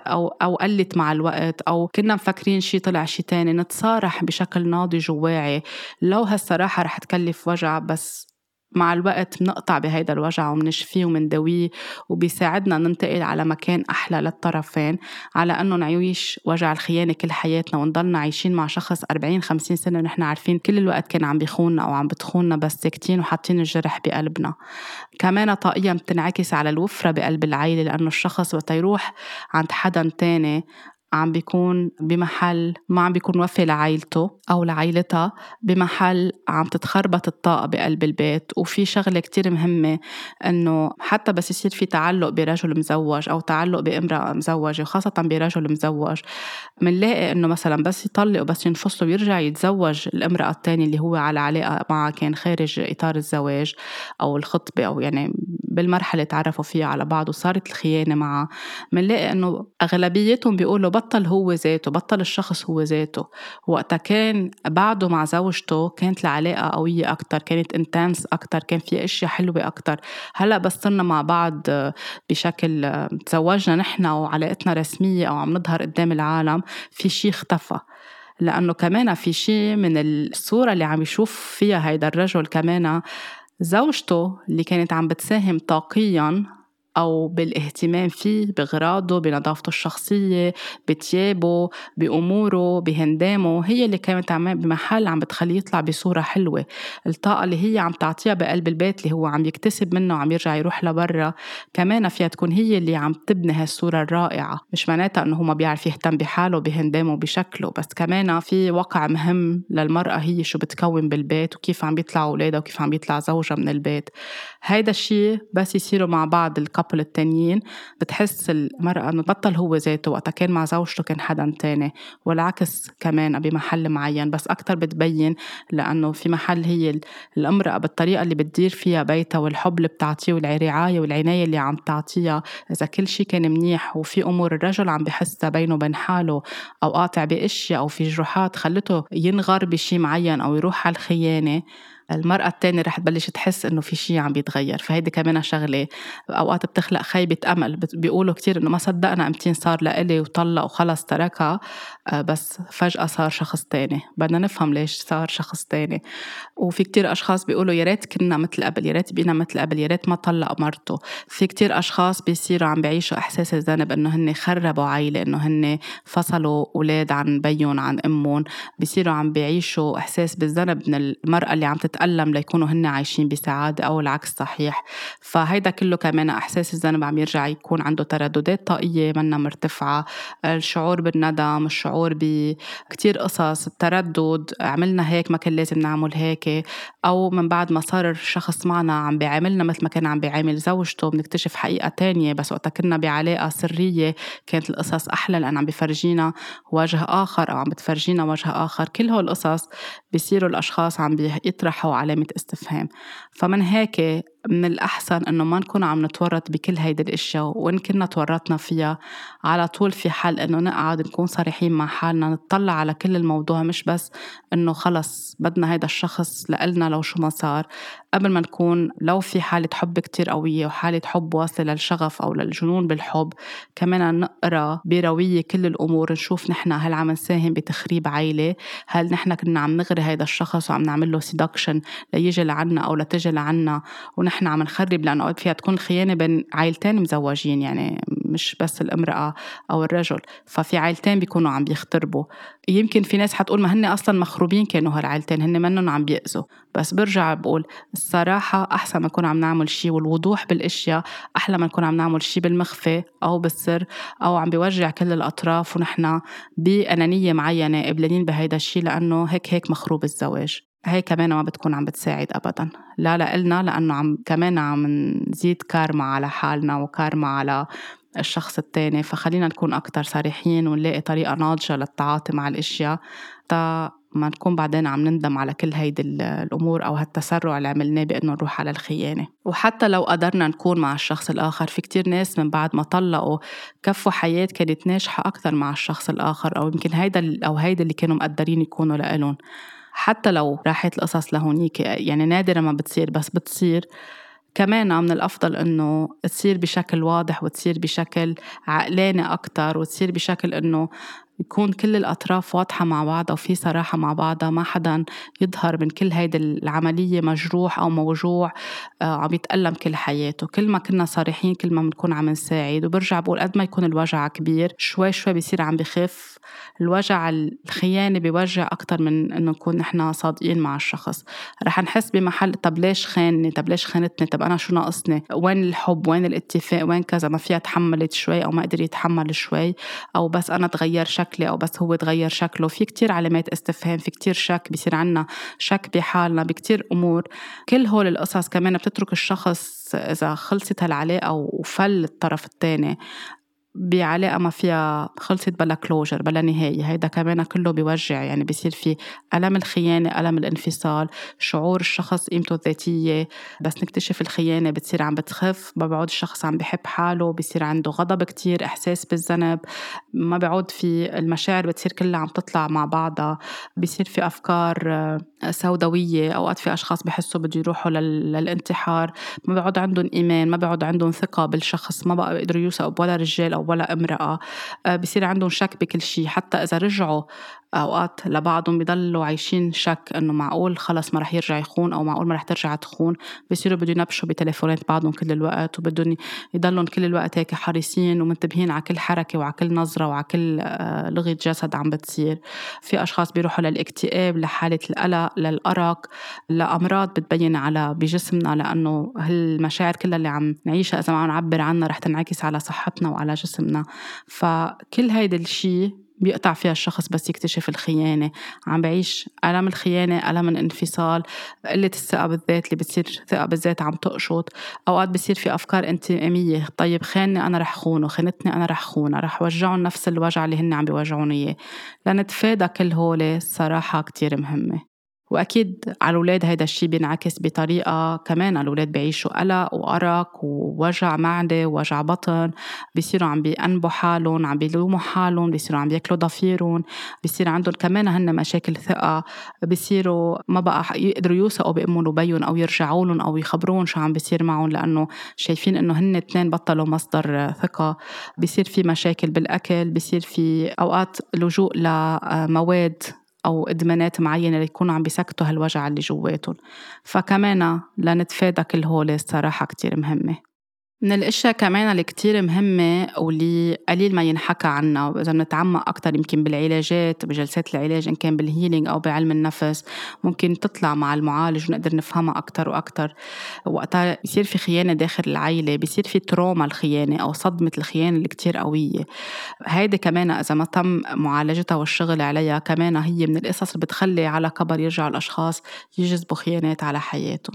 A: أو قلت مع الوقت، أو كنا مفكرين شي طلع شي تاني. نتصارح بشكل ناضج وواعي، لو هالصراحة رح تكلف وجع، بس مع الوقت بنقطع بهيدا الوجع ومنشفيه ومندويه، وبيساعدنا ننتقل على مكان أحلى للطرفين، على أنه نعيش وجع الخيانة كل حياتنا ونضلنا عايشين مع شخص 40-50 سنة ونحن عارفين كل الوقت كان عم بيخوننا أو عم بتخوننا بس ساكتين وحاطين الجرح بقلبنا. كمان طاقيا بتنعكس على الوفرة بقلب العيلة، لأنه الشخص وقت يروح عند حدا تاني عم بيكون بمحل ما عم بيكون وفي لعائلته أو لعائلتها، بمحل عم تتخربط الطاقة بقلب البيت. وفي شغلة كتير مهمة، أنه حتى بس يصير في تعلق برجل مزوج أو تعلق بامرأة مزوجة، وخاصة برجل مزوج، منلاقي أنه مثلا بس يطلق وبس ينفصلوا ويرجع يتزوج الامرأة التانية اللي هو على علاقة معها كان خارج إطار الزواج أو الخطبة، أو يعني بالمرحلة تعرفوا فيها على بعض وصارت الخيانة معه، منلاقي إنه أغلبيتهم بيقولوا بطل هو ذاته، بطل الشخص هو ذاته. وقتها كان بعده مع زوجته كانت العلاقة قوية أكتر، كانت intense أكتر، كان في أشياء حلوة أكتر. هلأ بس صرنا مع بعض بشكل تزوجنا نحن وعلاقتنا رسمية أو عم نظهر قدام العالم، في شي اختفى. لأنه كمان في شي من الصورة اللي عم يشوف فيها هيدا الرجل، كمان زوجته اللي كانت عم بتساهم طاقياً أو بالاهتمام فيه، بغراضه، بنظافته الشخصية، بتيابه، بأموره، بهندامه، هي اللي كانت بمحل عم بتخليه يطلع بصورة حلوة. الطاقة اللي هي عم تعطيها بقلب البيت اللي هو عم يكتسب منه وعم يرجع يروح لبرا، كمان فيها تكون هي اللي عم تبني هالصورة الرائعة. مش معناتها أنه هو ما بيعرف يهتم بحاله بهندامه بشكله، بس كمان في وقع مهم للمرأة، هي شو بتكون بالبيت وكيف عم بيطلعوا أولادها وكيف عم بيطلع زوجها من البيت. هيدا الشيء بس يصيروا مع بعض الكابل التانيين، بتحس المرأة أنه بطل هو ذاته. وقتا كان مع زوجته كان حدا تاني، والعكس كمان بمحل معين، بس أكتر بتبين لأنه في محل هي الامرأة بالطريقة اللي بتدير فيها بيتها والحب اللي بتعطيه والرعاية والعناية اللي عم تعطيها. إذا كل شيء كان منيح وفي أمور الرجل عم بحسها بينه وبين حاله أو قاطع بأشياء أو في جروحات خلته ينغر بشي معين أو يروح على الخيانة، المرأة التانية رح تبلش تحس إنه في شيء عم بيتغير. فهيدي كمان شغلة أوقات بتخلق خيبة أمل. بيقولوا كتير إنه ما صدقنا أمتين صار لإلي وطلق وخلص تركها، بس فجأة صار شخص تاني. بدنا نفهم ليش صار شخص تاني. وفي كتير أشخاص بيقولوا يا ريت كنا مثل قبل، يا ريت بينا مثل قبل، يا ريت ما طلق مرته. في كتير أشخاص بيصيروا عم بيعيشوا إحساس الذنب إنه هن خربوا عائلة، إنه هن فصلوا أولاد عن بيون عن أمهم. بيصيروا عم بيعيشوا إحساس بالذنب من المرأة اللي عم تتألم ليكونوا هن عايشين بسعادة، أو العكس صحيح. فهيدا كله كمان إحساس الذنب عم يرجع يكون عنده ترددات طاقية منا مرتفعة، الشعور بالندم، الشعور بكتير قصص، التردد، عملنا هيك ما كان لازم نعمل هيك. أو من بعد ما صار الشخص معنا عم بيعاملنا مثل ما كان عم بيعامل زوجته، بنكتشف حقيقة تانية. بس وقتا كنا بعلاقة سرية كانت القصص أحلى، لأن عم بيفرجينا وجه آخر أو عم بتفرجينا وجه آخر. كل هول القصص بيصيروا الأشخاص عم بيطرحوا علامة استفهام. فمن هيك من الأحسن أنه ما نكون عم نتورط بكل هيدا الأشياء، وإن كنا تورطنا فيها على طول في حل أنه نقعد نكون صريحين مع حالنا، نطلع على كل الموضوع، مش بس أنه خلص بدنا هيدا الشخص لقلنا لو شو ما صار. قبل ما نكون لو في حالة حب كتير قوية وحالة حب واصلة للشغف أو للجنون بالحب، كمان نقرأ بروية كل الأمور، نشوف نحنا هل عم نساهم بتخريب عائلة، هل نحنا كنا عم نغري هيدا الشخص وعم نعمل له سيدكشن ليجي لعنا أو لتجي لعنا ونحن عم نخرب. لأنه أوقات فيها تكون خيانة بين عائلتين مزوجين، يعني مش بس الامرأة أو الرجل، ففي عائلتين بيكونوا عم بيختربوا. يمكن في ناس حتقول ما هن أصلا مخروبين كانوا هالعائلتين، هن منهم عم بيأذوا. بس برجع بقول الصراحة أحسن ما نكون عم نعمل شي، والوضوح بالأشياء أحلى ما نكون عم نعمل شي بالمخفى أو بالسر أو عم بيوجع كل الأطراف ونحن بأنانية معينة قبلانين بهيدا الشي، لأنه هيك مخروب الزواج. هي كمان ما بتكون عم بتساعد أبدا، لا لإلنا، لأنه كمان عم نزيد كارما على حالنا وكارما على الشخص التاني. فخلينا نكون أكتر صريحين ونلاقي طريقة ناضجة للتعاطي مع الأشياء، تا ما نكون بعدين عم نندم على كل هيدي الأمور أو هالتسرع اللي عملناه بأنه نروح على الخيانة. وحتى لو قدرنا نكون مع الشخص الآخر، في كتير ناس من بعد ما طلقوا كفوا حياة كانت ناجحة أكتر مع الشخص الآخر، أو يمكن هيدا اللي كانوا مقدرين يكونوا لإلهم. حتى لو راحت القصص لهونيك، يعني نادرة ما بتصير، بس بتصير كمان. من الأفضل أنه تصير بشكل واضح وتصير بشكل عقلاني أكتر، وتصير بشكل أنه يكون كل الأطراف واضحة مع بعضها وفي صراحة مع بعضها، ما حدا يظهر من كل هيدا العملية مجروح أو موجوع عم يتألم كل حياته. كل ما كنا صريحين كل ما بنكون عم نساعد. وبرجع بقول قد ما يكون الوجع كبير، شوي شوي بيصير عم بخف الوجع. الخيانة بيوجع أكتر من أنه نكون نحنا صادقين مع الشخص. رح نحس بمحل طب ليش خانني، طب ليش خانتني، طب أنا شو ناقصني، وين الحب، وين الاتفاق، وين كذا. ما فيها تحملت شوي أو ما قدر يتحمل شوي، أو بس أنا تغير شكلي أو بس هو تغير شكله. في كتير علامات استفهام، في كتير شك، بيصير عنا شك بحالنا بكتير أمور. كل هول القصص كمان بتترك الشخص إذا خلصت هالعلاقة وفل الطرف الثاني بعلاقة ما فيها خلصت بلا كلوجر بلا نهاية. هيدا كمان كله بيوجع، يعني بيصير في ألم الخيانة، ألم الانفصال، شعور الشخص قيمته الذاتية. بس نكتشف الخيانة بتصير عم بتخف، ما بعود الشخص عم بحب حاله، بيصير عنده غضب كتير، إحساس بالذنب، ما بعود في المشاعر بتصير كلها عم تطلع مع بعضها، بيصير في أفكار سوداوية. أوقات في أشخاص بحسوا بده يروحوا للانتحار، ما بعود عندهم إيمان، ما بعود عندهم ثقة بالشخص، ما بقى يقدروا يوثقوا ولا رجال أو ولا امرأة. بيصير عندهم شك بكل شيء، حتى إذا رجعوا أوقات لبعضهم بيضلوا عايشين شك إنه معقول خلص ما رح يرجع يخون، أو معقول ما رح ترجع تخون. بيصيروا بدهم ينبشوا بتليفونات بعضهم كل الوقت، وبدهم يضلون كل الوقت هيك حريصين ومنتبهين على كل حركة وعلى كل نظرة وعلى كل لغة جسد عم بتصير. في أشخاص بيروحوا للاكتئاب، لحالة القلق، للأرق، لأمراض بتبين على بجسمنا، لأنه هالمشاعر كلها اللي عم نعيشها إذا ما عم نعبر عنها رح تنعكس على صحتنا وعلى جسمنا. فكل هيدا الشيء بيقطع فيها الشخص بس يكتشف الخيانة. عم بعيش ألم الخيانة، ألم الانفصال، قلة الثقة بالذات اللي بتصير ثقة بالذات عم تقشط. أوقات بصير في أفكار انتقامية، طيب خانني أنا رح خونه، خانتني أنا رح خونه، رح وجعهم نفس الوجع اللي هن عم بيوجعوني إياه. لنتفادى كل هولي الصراحة كتير مهمة. وأكيد على الأولاد هيدا الشي بينعكس بطريقة كمان، الأولاد بيعيشوا قلق وأرق ووجع معدة ووجع بطن، بيصيروا عم بيأنبوا حالهم، عم بيلوموا حالهم، بيصيروا عم بياكلوا ضفيرهم، بيصير عندهم كمان هن مشاكل ثقة، بيصيروا ما بقى يقدروا يوثقوا بأمهم وبيهم أو يرجعوا لهم أو يخبرون شو عم بيصير معهم، لأنه شايفين إنه هن اتنين بطلوا مصدر ثقة. بيصير في مشاكل بالأكل، بيصير في أوقات لجوء لمواد أو إدمانات معينة اللي يكونوا عم بيسكتوا هالوجع اللي جواتهم. فكمان لنتفادى كل هول الصراحة كتير مهمة. من الاشياء كمان اللي كتير مهمة واللي قليل ما ينحكى عنها، وإذا بنتعمق أكتر يمكن بالعلاجات بجلسات العلاج إن كان بالهيلينج أو بعلم النفس، ممكن تطلع مع المعالج ونقدر نفهمها أكتر وأكتر. وقتها يصير في خيانة داخل العائلة، بيصير في تروما الخيانة أو صدمة الخيانة اللي كتير قوية. هيدي كمان إذا ما تم معالجتها والشغل عليها كمان هي من القصص اللي بتخلي على كبر يرجع الأشخاص يجذبوا خيانات على حياتهم.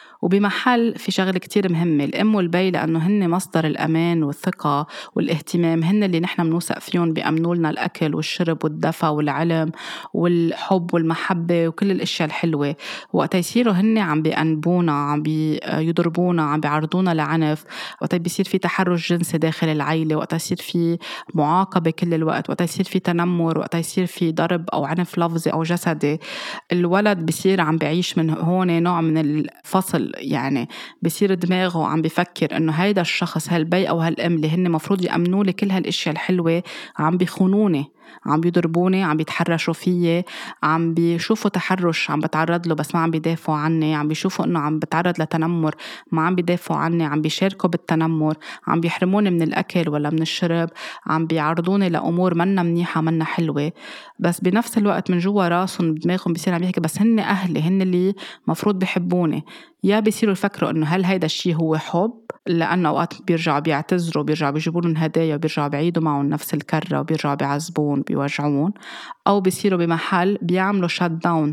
A: وبمحل في شغلة كتير مهمة، الأم والبي لأنه هن مصدر الأمان والثقة والاهتمام، هن اللي نحن منوثق فيهم، بيأمنوا لنا الأكل والشرب والدفى والعلم والحب والمحبة وكل الأشياء الحلوة. وقت يصيروا هن عم بيأنبونا، عم بيضربونا، عم بيعرضونا لعنف، وقت بيصير في تحرش جنسي داخل العيلة، وقت يصير في معاقبة كل الوقت، وقت يصير في تنمر، وقت يصير في ضرب أو عنف لفظي أو جسدي، الولد بيصير عم بعيش من هون نوع من الفصل. يعني بيصير دماغه عم بفكر إنه هيدا الشخص، هالبي أو هالأم اللي هن مفروض يأمنوا لي كل هالأشياء الحلوة، عم بيخونوني، عم بيضربوني، عم بيتحرشوا فيي، عم بيشوفوا تحرش عم بتعرض له بس ما عم بيدافعوا عني، عم بيشوفوا إنه عم بتعرض لتنمر ما عم بيدافعوا عني، عم بيشاركوا بالتنمر، عم بيحرموني من الأكل ولا من الشرب، عم بيعرضوني لأمور منا منيحة منا حلوة. بس بنفس الوقت من جوا راسهم بدماغهم بيصير عم يحكي بس هن أهلي، هن اللي مفروض بيحبوني. يا بيصيروا يفكروا إنه هل هيدا الشي هو حب، لأنه أوقات بيرجعوا بيعتذروا، بيرجعوا بيجيبوا لهم هدايا، وبيرجعوا بيعيدوا معهم نفس الكرة، وبيرجعوا بيعذبون بيوجعون، أو بيصيروا بمحل بيعملوا شات داون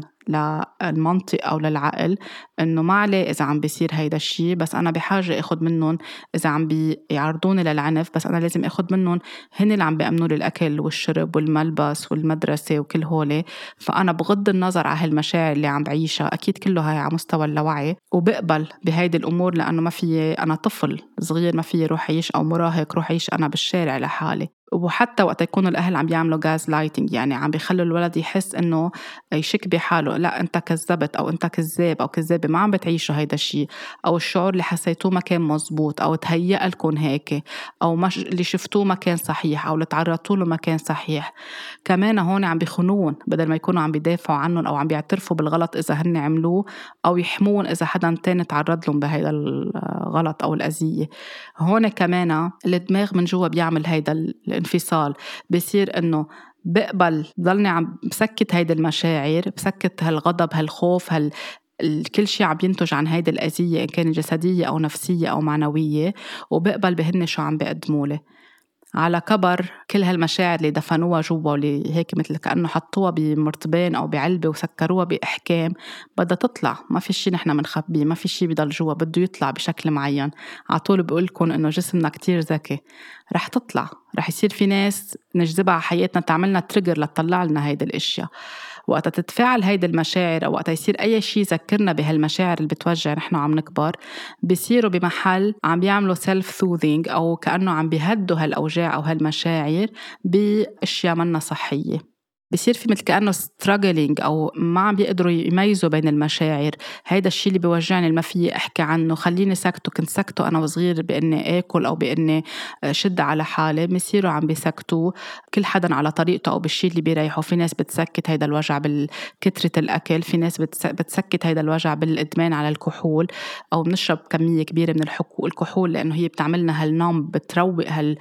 A: للمنطق أو للعقل، إنه ما عليه إذا عم بيصير هيدا الشي، بس أنا بحاجة أخد منهم. إذا عم بيعرضوني للعنف بس أنا لازم أخد منهم، هن اللي عم بيأمنوا لي الأكل والشرب والملبس والمدرسة وكل هولي. فأنا بغض النظر عن هالمشاعر اللي عم بعيشها، أكيد كله هاي على مستوى اللاوعي، وبقبل بهيدي الأمور، لأنه ما في أنا طفل صغير ما في روح عيش، أو مراهق روح عيش أنا بالشارع لحالي. وحتى وقت يكونوا الأهل عم بيعملوا غاز لايتنج، يعني عم بيخلوا الولد يحس إنه يشك بحاله، لا أنت كذبت أو أنت كذاب أو كذابة، ما عم بتعيشوا هيدا الشيء، أو الشعور اللي حسيتوه ما كان مزبوط، أو تهيأ لكم هيك، أو مش اللي شفتوه ما كان صحيح، أو اللي تعرضتوا له ما كان صحيح. كمان هون عم بيخونون بدل ما يكونوا عم بيدافعوا عنهم أو عم بيعترفوا بالغلط إذا هن عملوه، أو يحمون إذا حدا تاني تعرض لهم بهيدا الغلط أو الأذية. هون كمان الدماغ من جوا بيعمل هيدا الانفصال، بيصير إنه بقبل ضلني عم بسكت هيدا المشاعر، بسكت هالغضب هالخوف كل شيء عم ينتج عن هيدا الأذية إن كانت جسدية أو نفسية أو معنوية، وبقبل بهن شو عم بيقدموا لي. على كبر كل هالمشاعر اللي دفنوها جوا واللي هيك مثل كأنه حطوها بمرطبين أو بعلبة وسكروها بإحكام بدها تطلع. ما في شي نحن منخبيه، ما في شي بضل جوا، بده يطلع بشكل معين. عطول بقولكن إنه جسمنا كتير ذكي، رح تطلع، رح يصير في ناس نجذبها على حياتنا تعملنا تريجر لتطلع لنا هيدا الاشياء. وقت تتفاعل هيدا المشاعر او وقت يصير اي شيء يذكرنا بهالمشاعر اللي بتوجع نحن عم نكبر، بيصيروا بمحل عم بيعملوا سيلف سوذينج او كأنه عم بيهدوا هالاوجاع او هالمشاعر باشياء منا صحية. بصير في مثل كأنه struggling أو ما عم بيقدروا يميزوا بين المشاعر. هيدا الشيء اللي بيوجعني ما فيي أحكي عنه، خليني سكته. كنت سكته أنا وصغير بإني آكل أو بإني شد على حالي، بيصيروا عم بيسكتوا كل حدا على طريقته أو بالشيء اللي بيريحه. في ناس بتسكت هيدا الوجع بالكترة الأكل، في ناس بتسكت هيدا الوجع بالإدمان على الكحول أو بنشرب كمية كبيرة من الكحول لأنه هي بتعملنا هالنوم، بتروق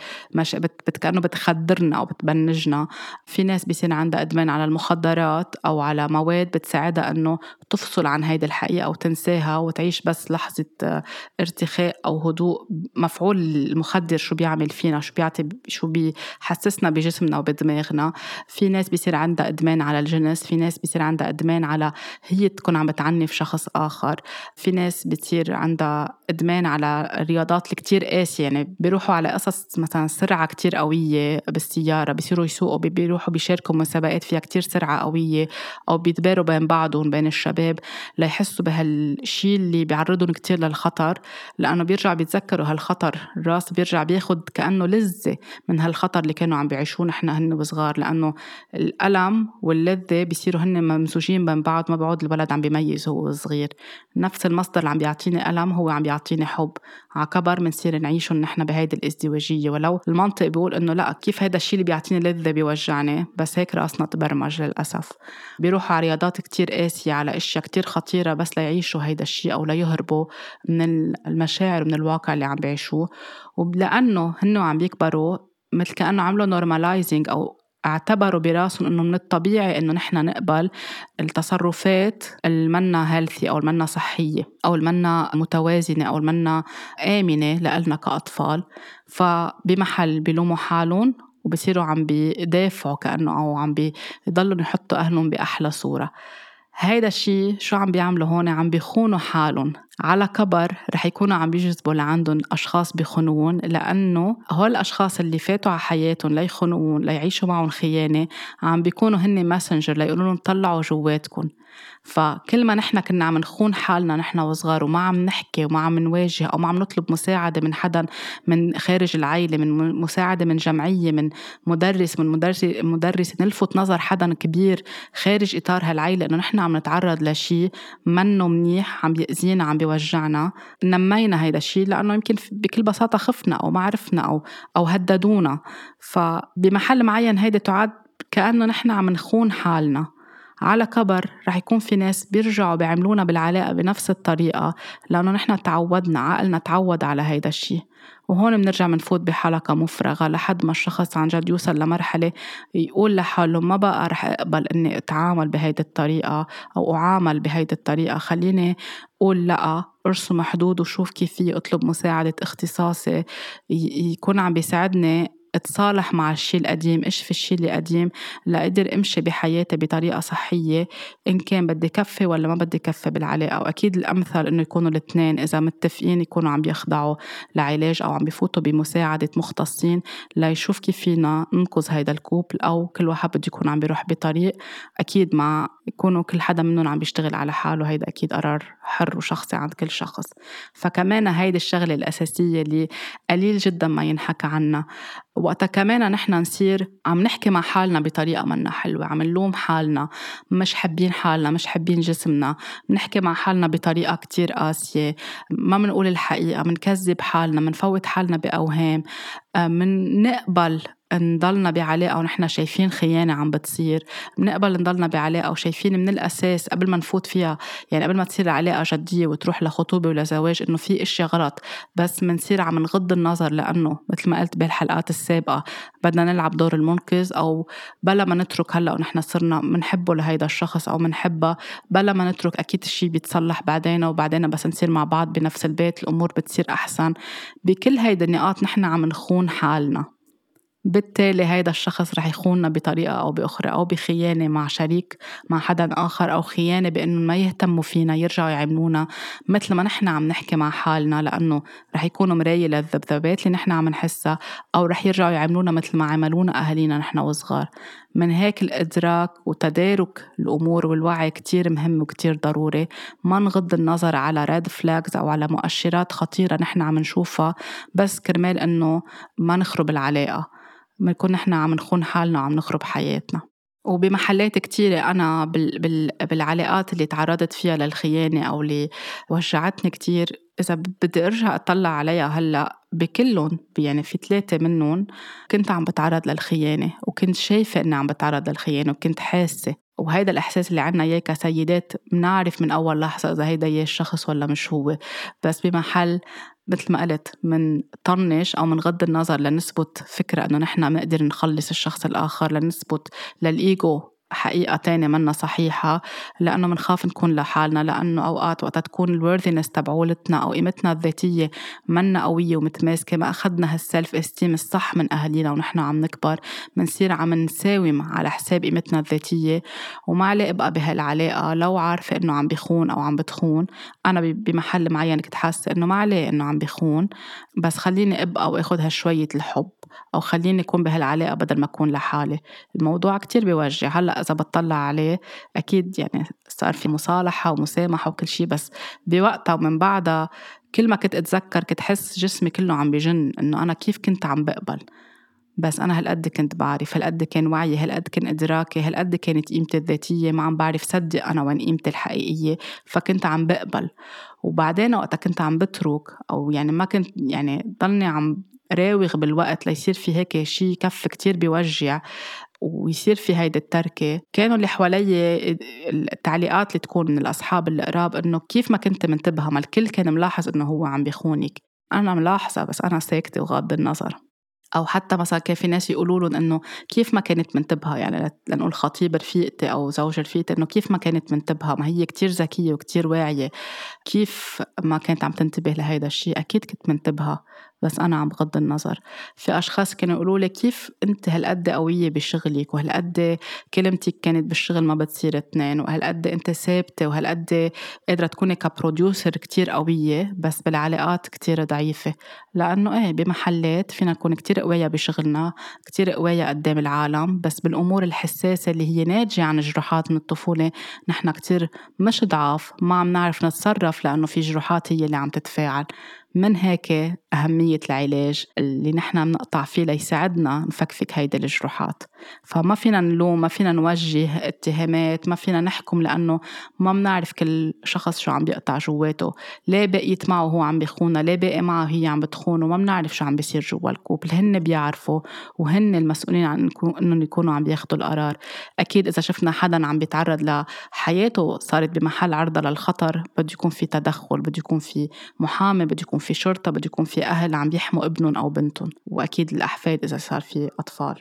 A: كأنه بتخدرنا أو بتبنجنا. في ناس بيصير عندها إدمان على المخدرات أو على مواد بتساعدها أنه تفصل عن هيدا الحقيقة وتنساها وتعيش بس لحظة ارتخاء أو هدوء. مفعول المخدر شو بيعمل فينا، شو بيعطي، شو بيحسسنا بجسمنا وبدماغنا. في ناس بيصير عندها إدمان على الجنس، في ناس بيصير عندها إدمان على هي تكون عم بتعنف شخص آخر، في ناس بتصير عندها إدمان على الرياضات الكتير قاسية، يعني بيروحوا على قصص مثلا سرعة كتير قوية بالسيارة، بيصيروا يسوقوا، بيروحوا بيشاركوا مسابقات فيها كتير سرعة قوية، أو بيتباروا بين بعضهم بين الشباب ليحسوا بهالشي اللي بيعرضهم كتير للخطر. لأنه بيرجع بيتذكروا هالخطر، الراس بيرجع بياخد كأنه لذة من هالخطر اللي كانوا عم بيعيشون إحنا هن وصغار، لأنه الألم واللذة بيصيروا هن ممزوجين بين بعض، ما بعود الولد عم بيميز هو صغير. نفس المصدر اللي عم بيعطيني ألم هو عم بيعطيني حب. عكبر منصير نعيشهم نحن بهيدي الازدواجية، ولو المنطق بيقول إنه لا، كيف هيدا الشيء اللي بيعطيني لذة بيوجعني، بس هيك رأسنا تبرمج للأسف. بيروحوا على رياضات كتير قاسية، على أشياء كتير خطيرة بس ليعيشوا هيدا الشيء أو ليهربوا من المشاعر ومن الواقع اللي عم بيعيشوه. ولأنه هنو عم بيكبروا مثل كأنه عملوا normalizing أو اعتبروا براسهم إنه من الطبيعي إنه نحن نقبل التصرفات المنا هيلثي أو المنا صحية أو المنا متوازنة أو المنا آمنة لألنا كأطفال. فبمحل بيلوموا حالهم وبصيروا عم بيدافعوا كأنه أو عم بيضلوا يحطوا أهلهم بأحلى صورة. هيدا الشيء شو عم بيعملوا هون؟ عم بيخونوا حالهم. على كبر رح يكونوا عم بيجذبوا لعندهم أشخاص بيخونون، لأنه هول الأشخاص اللي فاتوا على حياتهم ليخونون ليعيشوا معهم خيانة عم بيكونوا هن ماسنجر ليقولوا لهم طلعوا جواتكم. فكل ما نحن كنا عم نخون حالنا نحن وصغار وما عم نحكي وما عم نواجه أو ما عم نطلب مساعدة من حدا من خارج العائلة، من مساعدة من جمعية، من مدرس، من مدرس نلفت نظر حدا كبير خارج إطار هالعائلة إنه نحن عم نتعرض لشي منه منيح، عم بيأذينا، عم بيوجعنا، نمينا هيدا الشيء لأنه يمكن بكل بساطة خفنا أو ما عرفنا أو هددونا. فبمحل معين هيدا تعد كأنه نحن عم نخون حالنا. على كبر رح يكون في ناس بيرجعوا بيعملونا بالعلاقة بنفس الطريقة لأنه نحن تعودنا، عقلنا تعود على هيدا الشيء. وهون بنرجع منفوت بحلقة مفرغة لحد ما الشخص عن جد يوصل لمرحلة يقول لحاله ما بقى رح أقبل أني أتعامل بهيدي الطريقة أو أعامل بهيدي الطريقة، خليني أقول لأ، أرسم حدود وشوف كيف أطلب مساعدة اختصاصي يكون عم بيساعدني اتصالح مع الشيء القديم، اشفي الشيء اللي قديم لأقدر امشي بحياتي بطريقة صحية، إن كان بدي كفي ولا ما بدي كفي بالعلاقة. وأكيد الأمثل إنه يكونوا الاثنين إذا متفقين يكونوا عم بيخضعوا لعلاج أو عم بيفوتوا بمساعدة مختصين ليشوف كيف فينا ننقذ هيدا الكوبل، أو كل واحد بده يكون عم بيروح بطريق أكيد ما يكونوا كل حدا منهم عم بيشتغل على حاله. هيدا أكيد قرار حر وشخصي عند كل شخص. فكمان هيدا الشغلة الأساسية اللي قليل جدا ما ينحكى عنها. وقتا كمان نحن نصير عم نحكي مع حالنا بطريقة منا حلوة، عم نلوم حالنا، مش حابين حالنا، مش حابين جسمنا، نحكي مع حالنا بطريقة كتير قاسية، ما منقول الحقيقة، منكذب حالنا، منفوت حالنا بأوهام، من نقبل نضلنا بعلاقة ونحن شايفين خيانة عم بتصير، بنقبل نضلنا بعلاقة وشايفين من الأساس قبل ما نفوت فيها، يعني قبل ما تصير علاقة جدية وتروح لخطوبة ولا زواج إنه في إشياء غلط، بس منصير عم نغض النظر لأنه مثل ما قلت بالحلقات السابقة بدنا نلعب دور المنقذ، أو بلا ما نترك هلأ ونحن صرنا منحبه لهيدا الشخص أو منحبه، بلا ما نترك أكيد الشي بيتصلح بعدين، وبعدين بس نصير مع بعض بنفس البيت الأمور بتصير أحسن. بكل هيدا النقاط نحن عم نخون حالنا. بالتالي هيدا الشخص رح يخوننا بطريقة أو بأخرى، أو بخيانة مع شريك مع حدا آخر، أو خيانة بأنه ما يهتموا فينا يرجعوا يعاملونا مثل ما نحن عم نحكي مع حالنا، لأنه رح يكونوا مراية للذبذبات اللي نحن عم نحسها، أو رح يرجعوا يعاملونا مثل ما عاملونا أهالينا نحن وصغار. من هيك الإدراك وتدارك الأمور والوعي كتير مهم وكتير ضروري. ما نغض النظر على ريد فلاجز أو على مؤشرات خطيرة نحن عم نشوفها بس كرمال أنه ما نخرب العلاقة، بنكون نحن عم نخون حالنا وعم نخرب حياتنا. وبمحلات كتيرة أنا بالعلاقات اللي تعرضت فيها للخيانة أو اللي وجعتني كتير، إذا بدي أرجع أطلع عليها هلأ بكلهم، يعني في 3 منهم كنت عم بتعرض للخيانة، وكنت شايفة أني عم بتعرض للخيانة، وكنت حاسة. وهيدا الإحساس اللي عنا إياه كسيدات منعرف من أول لحظة إذا هيدا إياه الشخص ولا مش هو، بس بمحل مثل ما قلت من طنش أو من غض النظر لنثبت فكرة أنه نحن منقدر نخلص الشخص الآخر، لنثبت للإيجو حقيقة تانية منا صحيحة، لأنه منخاف نكون لحالنا، لأنه أوقات وقت تكون الوردينس تبعولتنا أو قيمتنا الذاتية منا قوية ومتماسكة، ما أخدنا هالسلف استيم الصح من أهالينا ونحن عم نكبر، منصير عم نساوم على حساب قيمتنا الذاتية. وما عليه أبقى بهالعلاقة لو عارفة إنه عم بيخون أو عم بتخون. أنا بمحل معين كنت حاسة إنه ما عليه إنه عم بيخون، بس خليني أبقى وأخذ هالشوية الحب، أو خليني أكون بهالعلاقة بدل ما أكون لحالي. الموضوع كتير بيوجع. هلأ إذا بتطلع عليه أكيد يعني صار في مصالحة ومسامحة وكل شيء، بس بوقتها ومن بعدها كل ما كنت أتذكر كنت حس جسمي كله عم بيجن إنه أنا كيف كنت عم بقبل. بس أنا هالقد كنت بعرف، هالقد كان وعي، هالقد كان إدراكي، هالقد كانت قيمتي الذاتية، ما عم بعرف صدق أنا وين قيمتي الحقيقية، فكنت عم بقبل. وبعدين وقتها كنت عم بترك، أو يعني ما كنت يعني ضلني عم راوغ بالوقت ليصير في هيك شيء كف كتير بيوجع ويصير في هيدا التركة. كانوا اللي حوالي التعليقات اللي تكون من الأصحاب اللي قراب إنه كيف ما كنت منتبهة، ما الكل كان ملاحظ إنه هو عم بيخونك. أنا ملاحظة بس أنا ساكتة وغاض النظر. أو حتى مثلا كان في ناس يقولوا لهم إنه كيف ما كانت منتبهة، يعني لنقول خطيب رفيقتي أو زوج رفيقتي، إنه كيف ما كانت منتبهة، ما هي كتير ذكية وكتير واعية، كيف ما كانت عم تنتبه لهيدا الشيء؟ أكيد كنت منتبهة بس أنا عم بغض النظر. في أشخاص كانوا يقولوا لي كيف أنت هالقد قوية بشغلك، وهالقد كلمتك كانت بالشغل ما بتصير 2، وهالقد أنت ثابتة، وهالقد قادرة تكوني كبروديوسر كتير قوية بس بالعلاقات كتير ضعيفة. لأنه بمحلات فينا نكون كتير قوية بشغلنا، كتير قوية قدام العالم، بس بالأمور الحساسة اللي هي ناتجة عن جروحات من الطفولة نحن كتير مش ضعاف، ما عم نعرف نتصرف لأنه في جروحات هي اللي عم تتفاعل. من هيك أهمية العلاج اللي نحن بنقطع فيه ليساعدنا نفكفك هيدا الجروحات. فما فينا نلوم، ما فينا نوجه اتهامات، ما فينا نحكم، لأنه ما بنعرف كل شخص شو عم بيقطع جواته. ليه بقيت معه وهو عم بيخونه، ليه باقي معه هي عم بتخونه، وما بنعرف شو عم بيصير جوا الكوب. هن بيعرفوا وهن المسؤولين عن إنهم يكونوا عم بياخدوا القرار. أكيد إذا شفنا حدا عم بيتعرض لحياته صارت بمحل عرضة للخطر، بده يكون في تدخل، بده يكون في محامي، بده يكون في شرطة، بده يكون في أهل عم يحموا ابنهم أو بنتهم، وأكيد الأحفاد إذا صار في أطفال.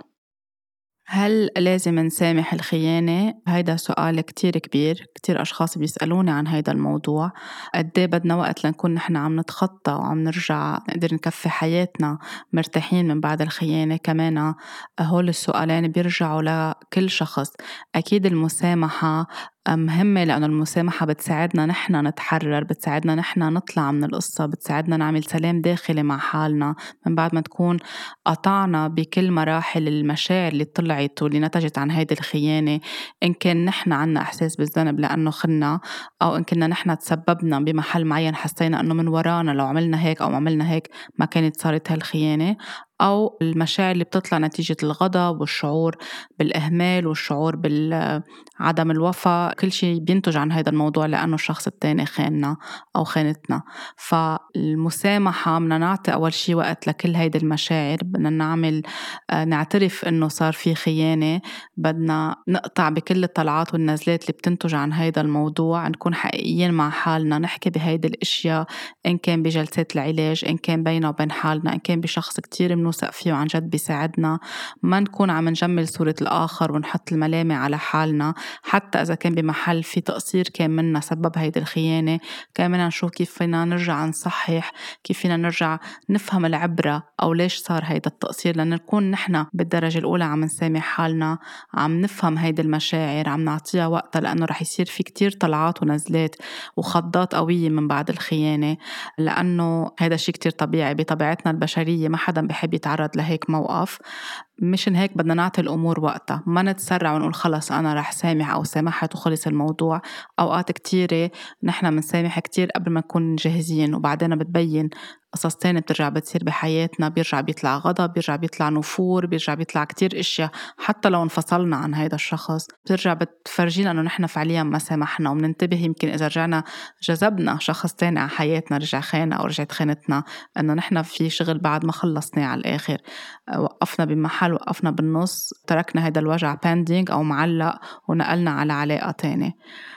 A: هل لازم نسامح الخيانة؟ هيدا سؤال كتير كبير، كتير أشخاص بيسألوني عن هيدا الموضوع. قديه بدنا وقت لنكون نحن عم نتخطى وعم نرجع نقدر نكفي حياتنا مرتاحين من بعد الخيانة؟ كمان هول السؤالين بيرجعوا لكل شخص. أكيد المسامحة مهمة، لأن المسامحة بتساعدنا نحن نتحرر، بتساعدنا نحن نطلع من القصة، بتساعدنا نعمل سلام داخلي مع حالنا من بعد ما تكون قطعنا بكل مراحل المشاعر اللي طلعت واللي نتجت عن هيدي الخيانة. إن كان نحن عنا إحساس بالذنب لأنه خنا، أو إن كنا نحن تسببنا بمحل معين حسينا أنه من ورانا لو عملنا هيك أو عملنا هيك ما كانت صارت هالخيانة، أو المشاعر اللي بتطلع نتيجة الغضب والشعور بالإهمال والشعور بالعدم الوفاء. كل شيء بينتج عن هذا الموضوع لأنه الشخص التاني خاننا أو خانتنا. فالمسامحة بدنا نعطي أول شيء وقت لكل هيدي المشاعر، بدنا نعمل نعترف إنه صار في خيانة، بدنا نقطع بكل الطلعات والنزلات اللي بتنتج عن هيدا الموضوع، نكون حقيقيين مع حالنا، نحكي بهيدي الاشياء إن كان بجلسات العلاج، إن كان بيننا وبين حالنا، إن كان بشخص كتير بنوثق فيه وعن جد بيساعدنا، ما نكون عم نجمل صورة الآخر ونحط الملامة على حالنا. حتى إذا كان بمحل في تقصير كان منا سبب هيدي الخيانة، كمان نشوف كيف فينا نرجع نصحح، كيف فينا نرجع نفهم العبرة أو ليش صار هيدا التقصير، لأن نكون نحنا بالدرجة الأولى عم نسامح حالنا، عم نفهم هيدي المشاعر، عم نعطيها وقتها، لأنه رح يصير في كتير طلعات ونزلات وخضات قوية من بعد الخيانة، لأنه هيدا شيء كتير طبيعي بطبيعتنا البشرية، ما حدا بيحب يتعرض لهيك موقف. مشان هيك بدنا نعطي الأمور وقتها، ما نتسرع ونقول خلص أنا رح سامح أو سامحت وخلص الموضوع. أوقات كتيرة نحنا منسامح كتير قبل ما نكون جاهزين، وبعدين بتبين قصص تانية بترجع بتصير بحياتنا، بيرجع بيطلع غضب، بيرجع بيطلع نفور، بيرجع بيطلع كتير اشياء. حتى لو انفصلنا عن هيدا الشخص بترجع بتفرجينا انه نحنا فعليا ما سامحنا، ومننتبه يمكن اذا رجعنا جذبنا شخص تاني على حياتنا، رجع خانة او رجعت خانتنا، انه نحنا في شغل بعد ما خلصناه على الاخر. وقفنا بمحل، وقفنا بالنص، تركنا هيدا الوجع pending او معلق ونقلنا على علاقة تانية.